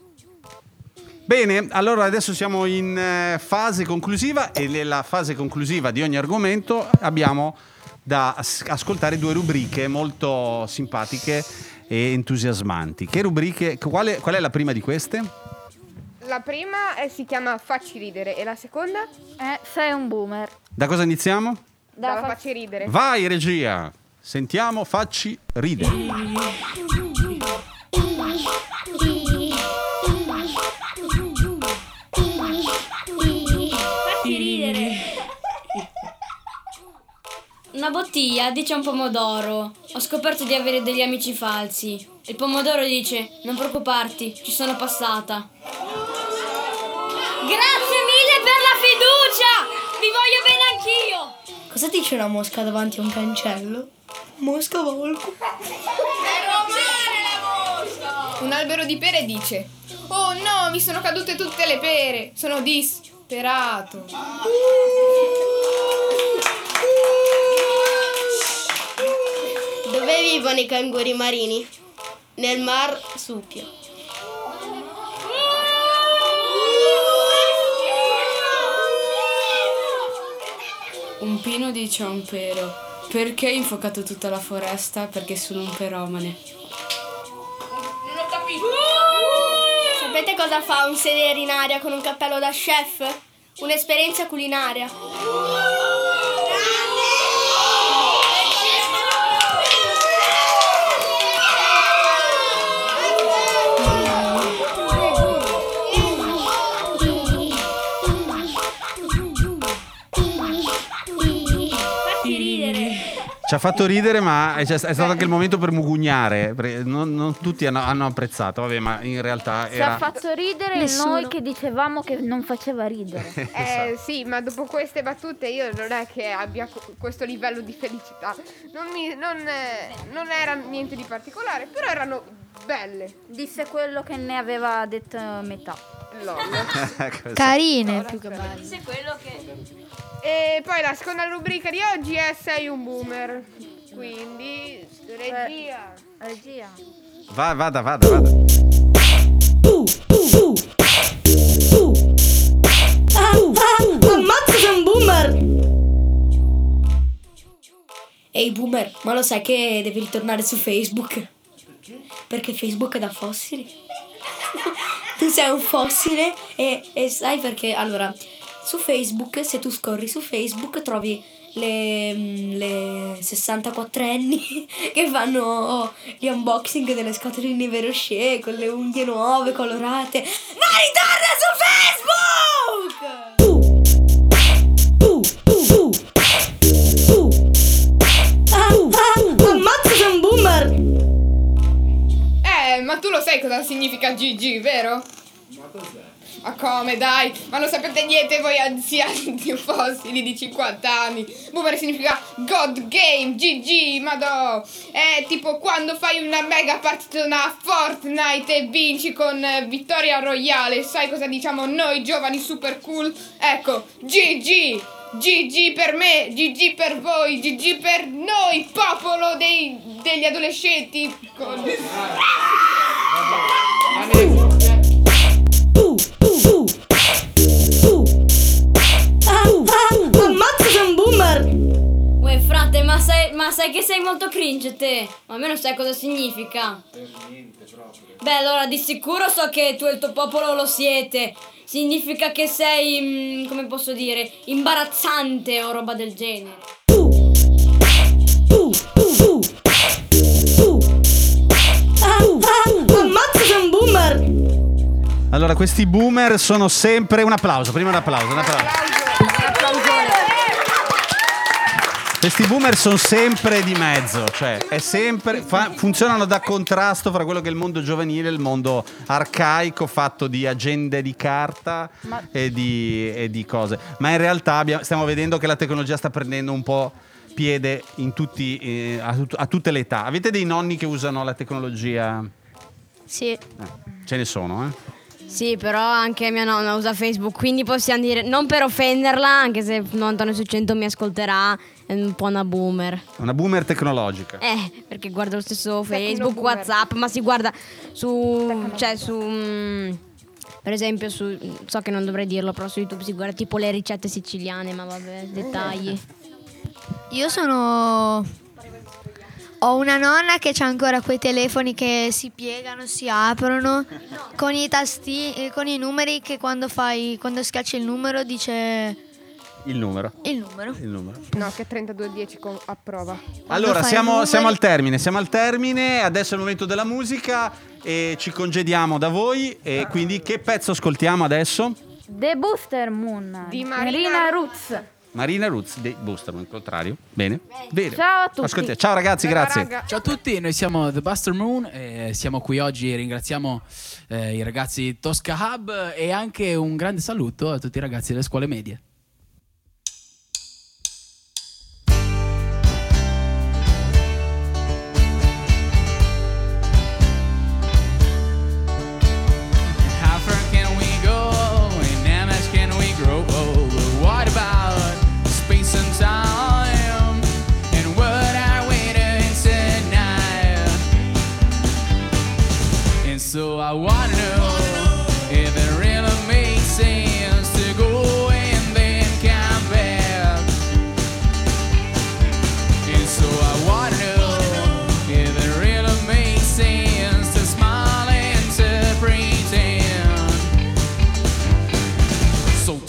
Bene, allora adesso siamo in eh, fase conclusiva e nella fase conclusiva di ogni argomento abbiamo da as- ascoltare due rubriche molto simpatiche e entusiasmanti. Che rubriche? Quale, qual è la prima di queste?
La prima eh, si chiama Facci ridere e la seconda
Eh, sei un boomer.
Da cosa iniziamo?
Dalla Facci ridere.
Vai regia, sentiamo, facci ridere.
Fatti ridere. Una bottiglia dice a un pomodoro: ho scoperto di avere degli amici falsi. Il pomodoro dice: non preoccuparti, ci sono passata. Grazie mille per la fiducia! Vi voglio bene anch'io!
Cosa dice una mosca davanti a un cancello? Mosca volco.
Un albero di pere dice:
Oh no, mi sono cadute tutte le pere. Sono disperato.
Dove vivono i canguri marini? Nel mar Suppio.
Un pino dice a un pero: perché hai infuocato tutta la foresta? Perché sono un peromane.
Non ho capito.
Sapete cosa fa un sedere in aria con un cappello da chef? Un'esperienza culinaria.
Ci ha fatto ridere, ma è, è stato anche il momento per mugugnare. Non, non tutti hanno, hanno apprezzato, vabbè, ma in realtà
Ci
era...
ha fatto ridere
Nessuno.
noi che dicevamo che non faceva ridere.
Eh sì, ma dopo queste battute io non è che abbia co- questo livello di felicità. Non, mi, non, eh, non era niente di particolare, però erano belle.
Disse quello che ne aveva detto metà.
Lol.
Carine più che belle.
Disse quello che... E poi la seconda rubrica di oggi è Sei un boomer. Quindi, regia.
Regia.
Va, vada, vada, vada.
Ammazza, sei un boomer! Ehi boomer, ma lo sai che devi ritornare su Facebook? Perché Facebook è da fossili. Tu sei un fossile e, e sai perché? Allora, su Facebook, se tu scorri su Facebook trovi le, le sessantaquattrenni che fanno gli unboxing delle scatoline Vero Rocher con le unghie nuove, colorate. Ma ritorna su Facebook! Ammazza, sei un boomer!
Eh, ma tu lo sai cosa significa G G, vero?
Ma cos'è?
Ma come, dai? Ma non sapete niente voi anziani di fossili di cinquanta anni. Boomer significa God Game, G G, madò. È tipo quando fai una mega partita a Fortnite e vinci con eh, vittoria royale. Sai cosa diciamo noi giovani super cool? Ecco, G G. G G per me, G G per voi, G G per noi, popolo dei, degli adolescenti. Con...
Ammazza, sei un boomer!
Uè frate, ma sai, ma sai che sei molto cringe te? Ma almeno sai cosa significa.
Per niente proprio.
Beh, allora di sicuro so che tu e il tuo popolo lo siete. Significa che sei, mh, come posso dire, imbarazzante o roba del genere.
Ammazza, sei un boomer!
Allora, questi boomer sono sempre... Un applauso, prima un applauso, un applauso. Questi boomer sono sempre di mezzo, cioè è sempre fa, funzionano da contrasto fra quello che è il mondo giovanile e il mondo arcaico fatto di agende di carta
Ma...
e, di, e di cose. Ma in realtà abbiamo, stiamo vedendo che la tecnologia sta prendendo un po' piede in tutti, eh, a, tut- a tutte le età. Avete dei nonni che usano la tecnologia?
Sì.
Eh, ce ne sono, eh?
Sì, però anche mia nonna usa Facebook, quindi possiamo dire, non per offenderla, anche se novantotto su cento mi ascolterà, è un po' una boomer.
Una boomer tecnologica.
Eh, perché guarda lo stesso Facebook, WhatsApp, ma si guarda su, cioè su, mm, per esempio su, so che non dovrei dirlo, però su YouTube si guarda tipo le ricette siciliane, ma vabbè, dettagli.
Io sono... Ho una nonna che c'ha ancora quei telefoni che si piegano, si aprono, con i tasti, eh, con i numeri che quando fai, quando schiacci il numero dice
Il numero.
il numero.
Il numero.
No, che trentadue dieci con approva.
Allora,
fai
siamo,
numeri-
siamo al termine, siamo al termine, adesso è il momento della musica e ci congediamo da voi e quindi che pezzo ascoltiamo adesso?
The Booster Moon
Di
Marina,
Marina
Roots.
Marina Roots dei Booster, il contrario. Bene. Bene.
Ciao a tutti.
Ascolti- Ciao ragazzi, grazie.
Ciao a tutti, noi siamo The Buster Moon e siamo qui oggi e ringraziamo eh, i ragazzi di Tosca Hub e anche un grande saluto a tutti i ragazzi delle scuole medie.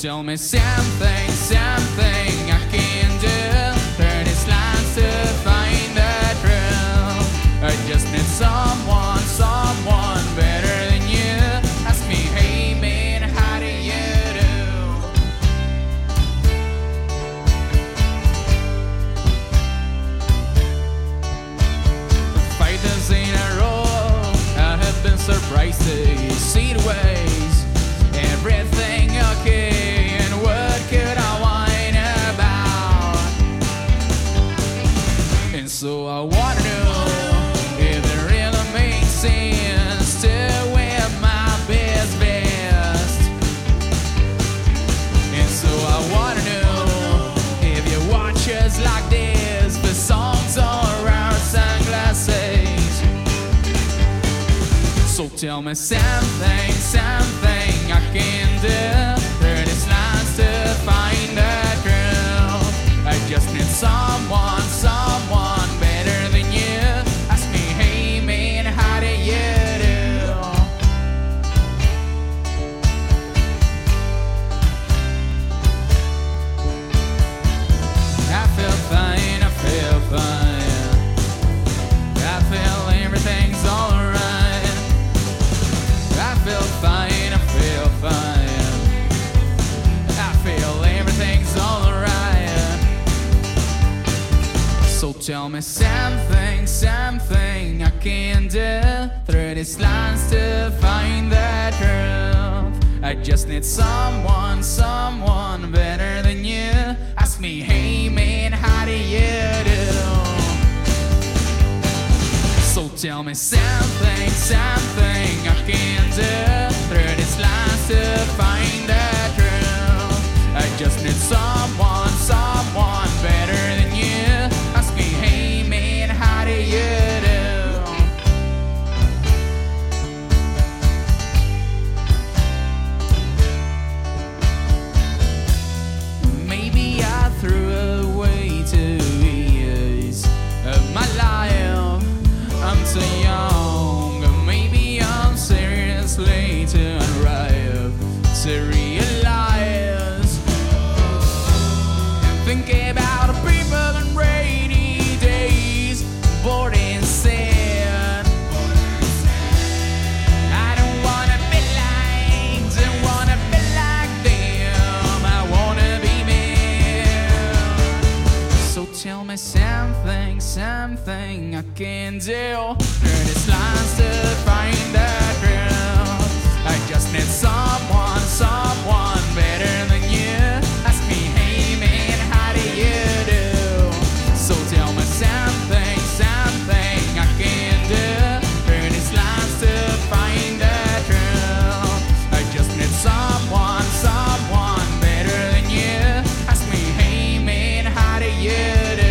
tell me something, something I can do. Turn these lines to find the truth. I just need someone, someone better than you. Ask me, hey man, how do you do? Five days in a row, I have been surprised to see the ways everything okay, and what could I whine about? And so I wanna know if it really makes sense to wear my best vest. And so I wanna know if you watch us like this for songs or our sunglasses. So tell me something, something I can do. Turn these lines to find the truth. I just need someone, someone better than you. Ask me, hey man, how do you do? I feel fine, I feel fine. I feel everything's alright. I feel fine, I feel fine. I feel everything's alright. So tell me something, something I can do. Through these lines to find the truth. I just need someone, someone better than you. Ask me, hey man, how do you do? So tell me something, something I can do. Through these lines to find the truth. I just need someone, someone better than you. Ask me, hey man, how do you do? Maybe I threw away two years of my life. I'm so young, maybe I'm seriously too unripe to realize. Think about the people on rainy days, bored and sad. I don't wanna be like, don't wanna be like them. I wanna be me. So tell me something, something I can do. Turn these lines to find the truth. I just need someone, someone better than you. Ask me, hey man, how do you do? So tell me something, something I can do. Turn these lines to find the truth. I just need someone, someone better than you. Ask me, hey man, how do you do?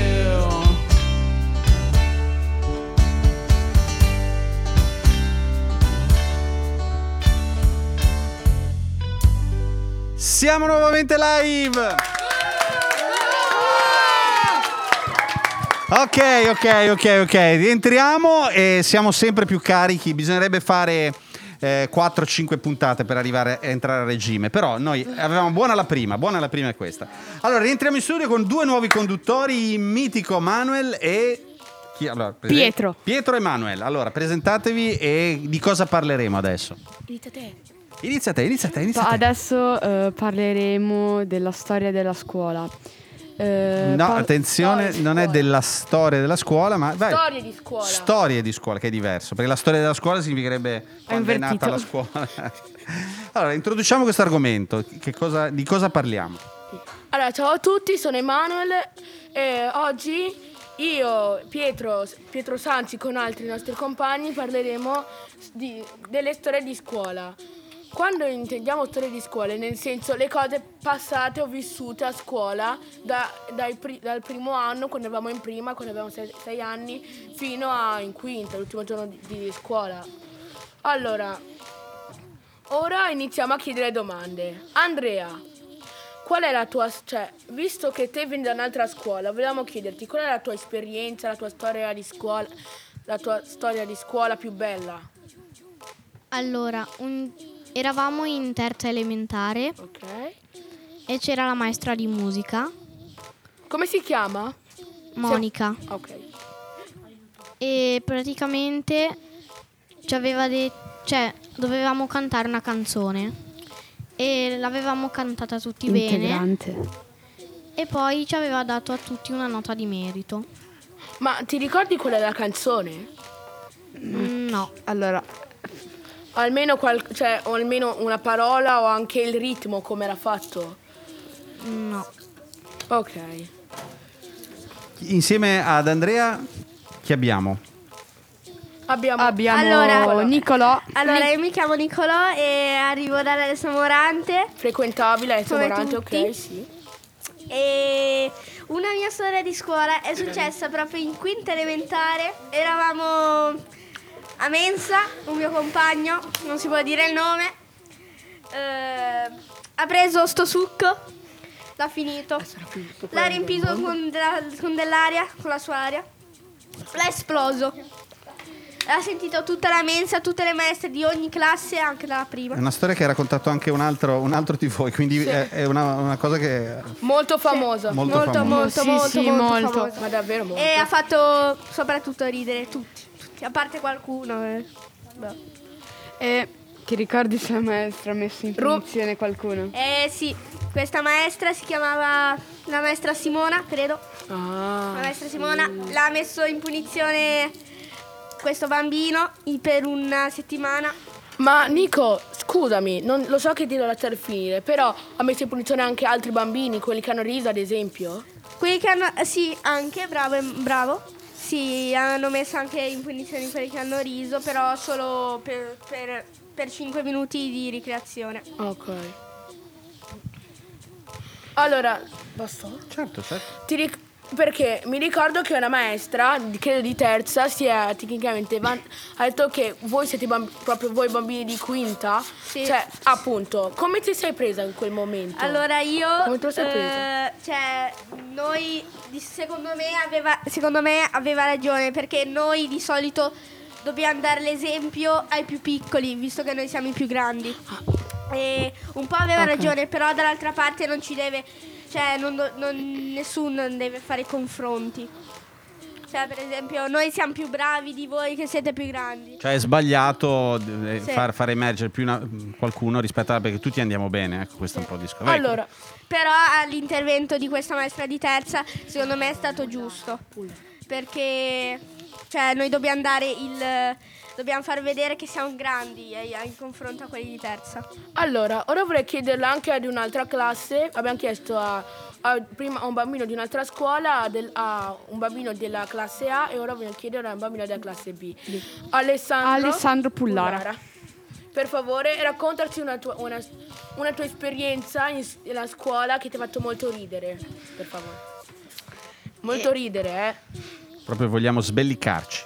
Siamo nuovamente live. Ok, ok, ok, ok. Rientriamo e siamo sempre più carichi. Bisognerebbe fare eh, quattro cinque puntate per arrivare a entrare a regime. Però noi avevamo buona la prima, buona la prima è questa. Allora, rientriamo in studio con due nuovi conduttori, il mitico Manuel e... Chi? Allora, presen-
Pietro.
Pietro e Manuel. Allora, presentatevi e di cosa parleremo adesso?
Inizia te.
Inizia te, inizia te, inizia te.
Adesso eh, parleremo della storia della scuola. Eh,
No,
par-
attenzione, non è della storia della scuola, ma vai.
Storie di scuola.
Storie di scuola, che è diverso, perché la storia della scuola significherebbe quando è nata
invertito.
la scuola. Allora, introduciamo questo argomento. Che cosa, di cosa parliamo?
Allora, ciao a tutti, sono Emanuel e oggi io, Pietro, Pietro Sanzi con altri nostri compagni parleremo di- delle storie di scuola. Quando intendiamo storie di scuola, nel senso le cose passate o vissute a scuola da- dai pri- dal primo anno, quando eravamo in prima, quando avevamo sei, sei anni, fino a in quinta, l'ultimo giorno di, di scuola. Allora, ora iniziamo a chiedere domande. Andrea, qual è la tua, cioè, visto che te vieni da un'altra scuola, vogliamo chiederti qual è la tua esperienza, la tua storia di scuola, la tua storia di scuola più bella?
Allora, un- eravamo in terza elementare
Ok.
e c'era la maestra di musica.
Come si chiama?
Monica.
Se... Ok.
E praticamente ci aveva detto, cioè dovevamo cantare una canzone e l'avevamo cantata tutti
Integrante.
bene e poi ci aveva dato a tutti una nota di merito.
Ma ti ricordi quella della canzone?
Mm, no.
Allora, almeno, qual- cioè, o almeno una parola o anche il ritmo come era fatto?
No.
Ok.
Insieme ad Andrea chi abbiamo?
Abbiamo,
Abbiamo
Allora-
Nicolò.
Allora, io mi chiamo Nicolò e arrivo dall'Alessio Morante.
Frequentabile Alessio
Come
Morante,
tutti.
ok, sì.
E una mia storia di scuola è successa proprio in quinta elementare. Eravamo a mensa, un mio compagno, non si può dire il nome, eh, ha preso sto succo, l'ha finito, l'ha riempito con, della- con dell'aria, con la sua aria, l'ha esploso. L'ha sentito tutta la mensa, tutte le maestre di ogni classe, anche dalla prima.
È una storia che ha raccontato anche un altro, un altro di voi, quindi
Sì.
è, è una, una cosa che...
Molto famosa.
Molto
molto,
famosa.
molto,
Sì,
molto,
sì,
molto,
molto.
famosa.
Ma davvero molto.
E ha fatto soprattutto ridere tutti, tutti, a parte qualcuno. eh. Boh.
E che ricordi se la maestra ha messo in punizione qualcuno?
Eh sì, questa maestra si chiamava la maestra Simona, credo.
Ah,
La maestra Simona l'ha messo in punizione questo bambino i- per una settimana.
Ma Nico, scusami, non, lo so che ti devo lasciare finire, però ha messo in punizione anche altri bambini, quelli che hanno riso ad esempio?
Quelli che hanno, sì, anche, bravo, bravo. Sì, hanno messo anche in punizione quelli che hanno riso, però solo per, per, per cinque minuti di ricreazione.
Ok. Allora, basta?
Certo, certo.
Ti ric- perché mi ricordo che una maestra, di- credo di terza, si è tecnicamente van- ha detto che voi siete bamb- proprio voi bambini di quinta.
Sì.
Cioè, appunto, come ti sei presa in quel momento?
Allora io,
Come te lo sei presa?
eh, cioè, noi, di- secondo me, aveva, secondo me aveva ragione, perché noi di solito dobbiamo dare l'esempio ai più piccoli, visto che noi siamo i più grandi. E un po' aveva
Ok.
ragione, però dall'altra parte non ci deve, cioè non, do- non- nessuno deve fare confronti. Cioè, per esempio, noi siamo più bravi di voi che siete più grandi.
Cioè è sbagliato eh,
Sì.
far, far emergere più una- qualcuno rispetto a... perché tutti andiamo bene, ecco, questo è un po' il discorso. Vai,
Allora,
Però l'intervento di questa maestra di terza, secondo me, è stato giusto. Perché cioè, noi dobbiamo dare il. Dobbiamo far vedere che siamo grandi eh, in confronto a quelli di terza.
allora, ora vorrei chiederlo anche ad un'altra classe. Abbiamo chiesto a, a- prima a un bambino di un'altra scuola, del- a un bambino della classe A e ora voglio chiedere a un bambino della classe B. Alessandro,
Alessandro Pullara.
Per favore, raccontaci una tua, una, una tua esperienza in, nella scuola che ti ha fatto molto ridere, per favore. Molto ridere, eh?
proprio vogliamo sbellicarci.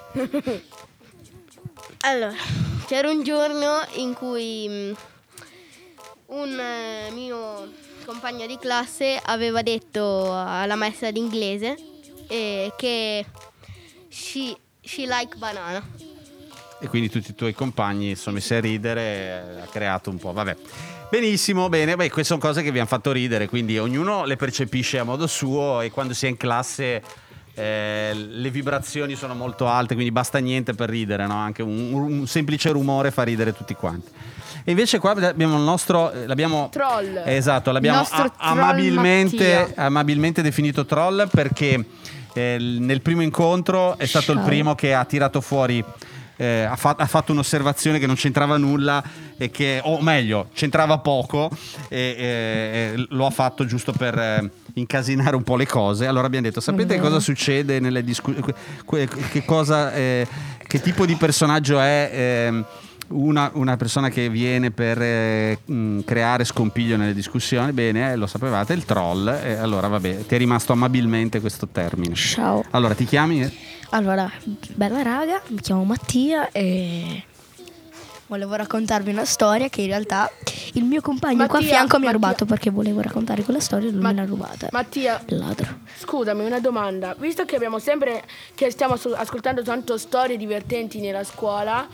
Allora, c'era un giorno in cui mh, un eh, mio compagno di classe aveva detto alla maestra d'inglese eh, che she, she like banana.
E quindi tutti i tuoi compagni sono messi a ridere, eh, ha creato un po', vabbè. Benissimo, bene, beh, queste sono cose che vi hanno fatto ridere, quindi ognuno le percepisce a modo suo e quando si è in classe eh, le vibrazioni sono molto alte, quindi basta niente per ridere, no? Anche un, un semplice rumore fa ridere tutti quanti. E invece qua abbiamo il nostro, eh, l'abbiamo...
Troll.
Esatto, l'abbiamo
Il nostro
a-
troll
amabilmente,
Mattia.
amabilmente definito troll perché eh, nel primo incontro è stato il
Ciao.
primo che ha tirato fuori... Eh, ha, fa- ha fatto un'osservazione che non c'entrava nulla e che, o meglio, c'entrava poco e, e- e lo ha fatto giusto per eh, incasinare un po' le cose. Allora abbiamo detto, sapete
Mhm.
cosa succede nelle discussioni? Che cosa, eh, che tipo di personaggio è ehm, una, una persona che viene per eh, mh, creare scompiglio nelle discussioni? Bene, eh, lo sapevate, il troll. E allora vabbè, ti è rimasto amabilmente questo termine.
Ciao.
Allora ti chiami?
Allora, bella raga, mi chiamo Mattia e volevo raccontarvi una storia che in realtà il mio compagno qua a
Mattia,
fianco mi ha
Mattia.
rubato perché volevo raccontare quella storia e lui me l'ha rubata.
Mattia,
Ladro.
scusami, una domanda. Visto che abbiamo sempre che stiamo ascol- ascoltando tanto storie divertenti nella scuola,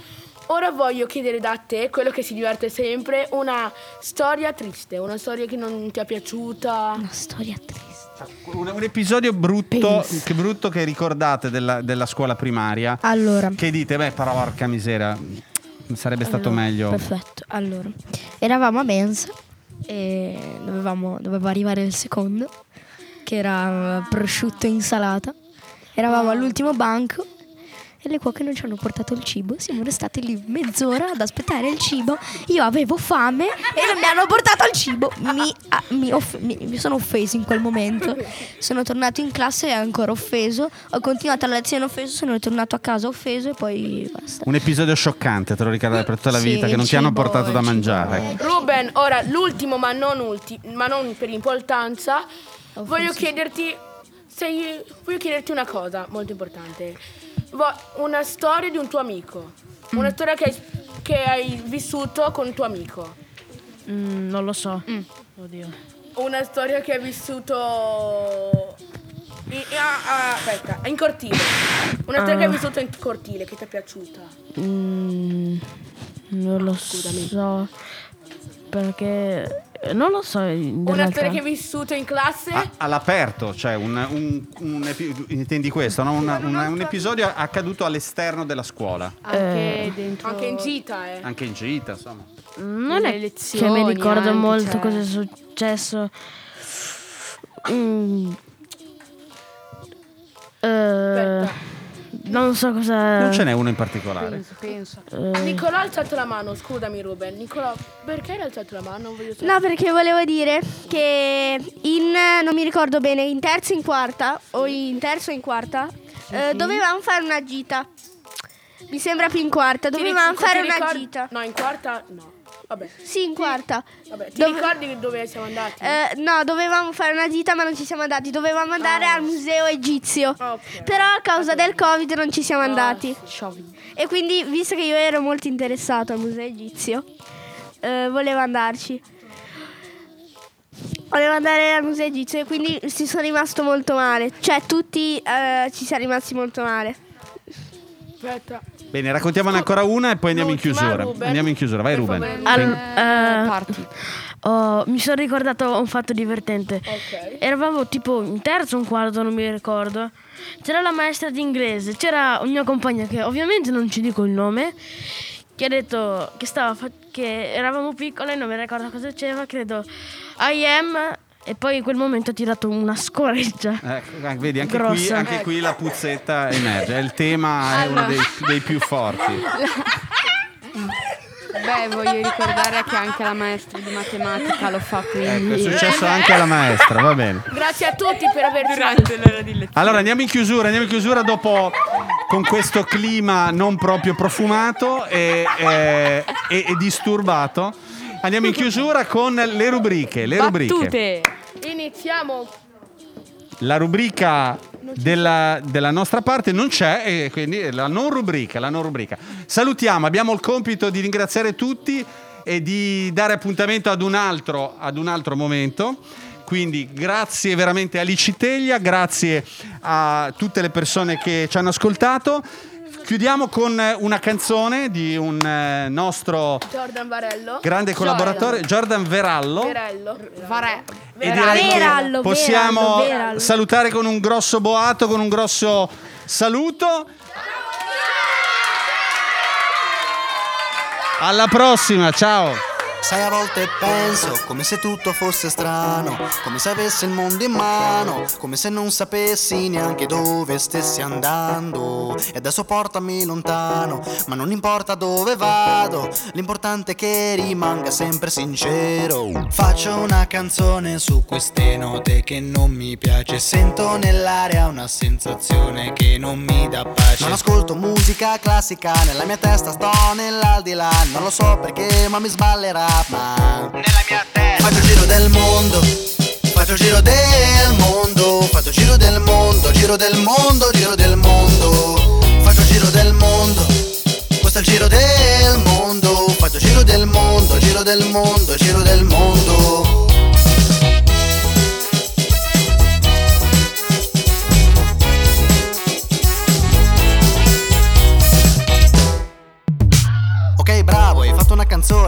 ora voglio chiedere da te, quello che si diverte sempre, una storia triste, una storia che non ti è piaciuta.
Una storia triste.
Un, un episodio brutto che, brutto che ricordate della, della scuola primaria.
Allora.
Che dite, beh, porca miseria, sarebbe stato
Allora,
meglio.
Perfetto. Allora, eravamo a mensa e dovevamo, doveva arrivare il secondo, che era prosciutto e insalata. Eravamo all'ultimo banco e le cuoche non ci hanno portato il cibo. Siamo restati lì mezz'ora ad aspettare il cibo. Io avevo fame e non mi hanno portato il cibo. Mi, ah, mi, off- mi, mi sono offeso in quel momento. Sono tornato in classe e ancora offeso. Ho continuato la lezione offeso, sono tornato a casa offeso e poi basta.
Un episodio scioccante, te lo ricorderai per tutta la
Sì,
vita, che
il
non ti hanno
cibo,
portato da
il cibo.
mangiare.
Ruben, ora l'ultimo ma non ultimo, ma non per importanza, voglio chiederti sei, voglio chiederti una cosa molto importante. Vo- una storia di un tuo amico. Una storia che hai, che hai vissuto con un tuo amico.
Mm, non lo so. Oddio.
Una storia che hai vissuto in, ah, ah, aspetta, in cortile. Una storia
Ah.
che hai vissuto in cortile che ti è piaciuta.
Mm, non lo so. Perché non lo so. In
Una
realtà.
storia che hai vissuto in classe.
Ah, all'aperto, cioè un, un, un epi- intendi questo, no? Una- una- un episodio accaduto all'esterno della scuola,
Anche
Eh.
dentro. Anche in gita, eh.
anche in gita, insomma.
Non
Le
è
lezioni
che mi ricordo
anche,
molto
cioè.
cosa è successo. Mm. Eh, non so cosa.
Non ce n'è uno in particolare.
Penso, penso.
Eh.
Nicolò ha alzato la mano, scusami Ruben. Nicolò, perché hai alzato la mano? Voglio sapere.
No, perché volevo dire che in, non mi ricordo bene, in terza e in quarta, o in terza o in quarta, eh,
Mhm.
dovevamo fare una gita. Mi sembra più in quarta,
Ti
dovevamo
ric-
fare
ti
una
ricordi-
gita.
No, in quarta no. Vabbè.
Sì, in quarta.
Vabbè, ti
Dove-
ricordi dove siamo andati?
Eh, no, dovevamo fare una gita ma non ci siamo andati, dovevamo andare al museo egizio, però a causa del Covid non ci siamo andati. E quindi, visto che io ero molto interessato al museo egizio, eh, volevo andarci. Volevo andare al museo egizio e quindi ci sono rimasto molto male, cioè tutti eh, ci siamo rimasti molto male.
Aspetta.
Bene, raccontiamone ancora una e poi andiamo in
L'ultima,
chiusura.
Ruben.
Andiamo in chiusura, vai
Per
Ruben.
favore.
Al- eh, oh, mi sono ricordato un fatto divertente.
Ok.
Eravamo tipo in terzo o un quarto, non mi ricordo. C'era la maestra di inglese, c'era un mio compagno che ovviamente non ci dico il nome, che ha detto che stava fa- che eravamo piccole, non mi ricordo cosa diceva, credo I am, e poi in quel momento ha tirato una scoreggia.
Ecco, vedi, anche, qui,
grossa.
anche qui la puzzetta emerge. Il tema è uno dei, dei più forti.
Beh, voglio ricordare che anche la maestra di matematica lo fa, quindi...
Ecco, è successo anche alla maestra, va bene.
Grazie a tutti per averci
Durante l'ora di lezione.
Allora andiamo in chiusura, andiamo in chiusura dopo con questo clima non proprio profumato e, e- e- e disturbato. Andiamo in chiusura con le rubriche. Le rubriche.
Iniziamo.
La rubrica della, della nostra parte non c'è, e quindi la non rubrica, la non rubrica. Salutiamo, abbiamo il compito di ringraziare tutti e di dare appuntamento ad un altro, ad un altro momento. Quindi grazie veramente a Licitellia, grazie a tutte le persone che ci hanno ascoltato. Chiudiamo con una canzone di un eh, nostro
Jordan Varello.
grande collaboratore, Jordan Verallo.
Verello. Vare.
E direi che
Verallo,
possiamo
Verallo, Verallo.
salutare con un grosso boato, con un grosso saluto. Alla prossima, ciao!
Sai, a volte penso come se tutto fosse strano, come se avessi il mondo in mano, come se non sapessi neanche dove stessi andando. E adesso portami lontano, ma non importa dove vado, l'importante è che rimanga sempre sincero. Faccio una canzone su queste note che non mi piace, sento nell'aria una sensazione che non mi dà pace. Non ascolto musica classica, nella mia testa sto nell'aldilà, non lo so perché ma mi sballerà. Ma nella mia testa faccio il giro del mondo, faccio il giro del mondo, faccio il giro del mondo, giro del mondo, giro del mondo, faccio il giro del mondo, questo è il giro del mondo, faccio il giro del mondo, giro del mondo, giro del mondo.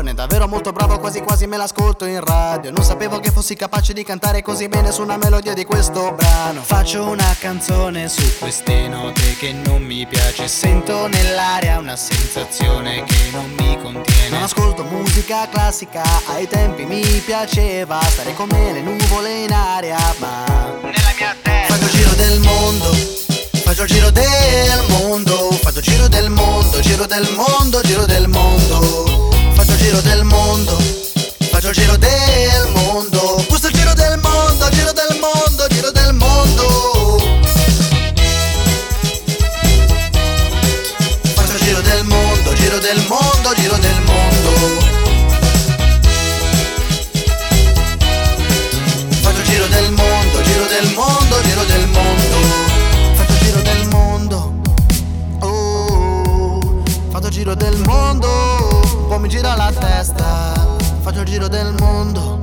canzone, davvero molto bravo, quasi quasi me l'ascolto in radio. Non sapevo che fossi capace di cantare così bene su una melodia di questo brano. Faccio una canzone su queste note che non mi piace, sento nell'aria una sensazione che non mi contiene. Non ascolto musica classica, ai tempi mi piaceva stare come le nuvole in aria, ma nella mia testa faccio il giro del mondo, faccio il giro del mondo, faccio il giro del mondo, giro del mondo, giro del mondo, faccio il giro del mondo, faccio il giro del mondo, questo è il giro del mondo, giro del mondo, giro del mondo, faccio il giro del mondo, giro del mondo, giro del mondo, faccio il giro del mondo, giro del mondo, giro del mondo. Faccio il giro del mondo, un po' mi gira la testa. Faccio il giro del mondo,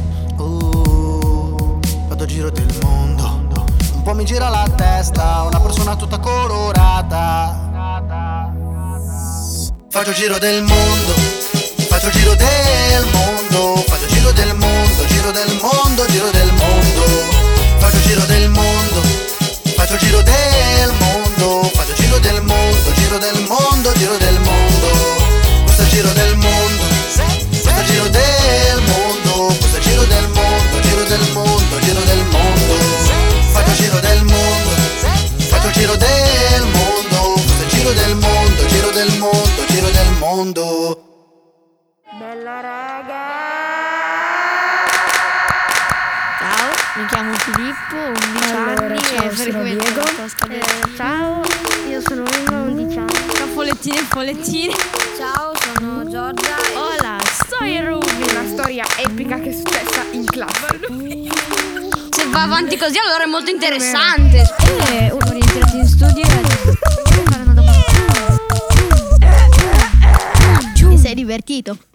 uh, faccio il giro del mondo, un po' mi gira la testa. Una persona tutta colorata. Faccio il giro del mondo, faccio il giro del mondo, faccio il giro del mondo, giro del mondo, giro del mondo. Faccio il giro del mondo, faccio il giro del mondo, faccio il giro del mondo, giro del mondo, giro del mondo. Questo è il giro del mondo, questo è il giro del mondo, questo è il giro del mondo, giro del mondo, giro del mondo. Faccio il giro del mondo, faccio il giro del mondo, questo è il giro del mondo, giro del mondo, giro del mondo.
Bella raga.
Ciao, mi chiamo Filippo, undici
Allora,
anni
ciao,
e
sono
frequento
Diego.
la Costa del-
Eh, ciao, io sono Emma, undici anni.
Ciao follettine e follettine.
Ciao, sono Giorgia.
Hola, soy Ruby.
Una storia epica che è successa in classe.
Se va avanti così allora è molto interessante.
E uno rientrati in studio e
Ti sei divertito?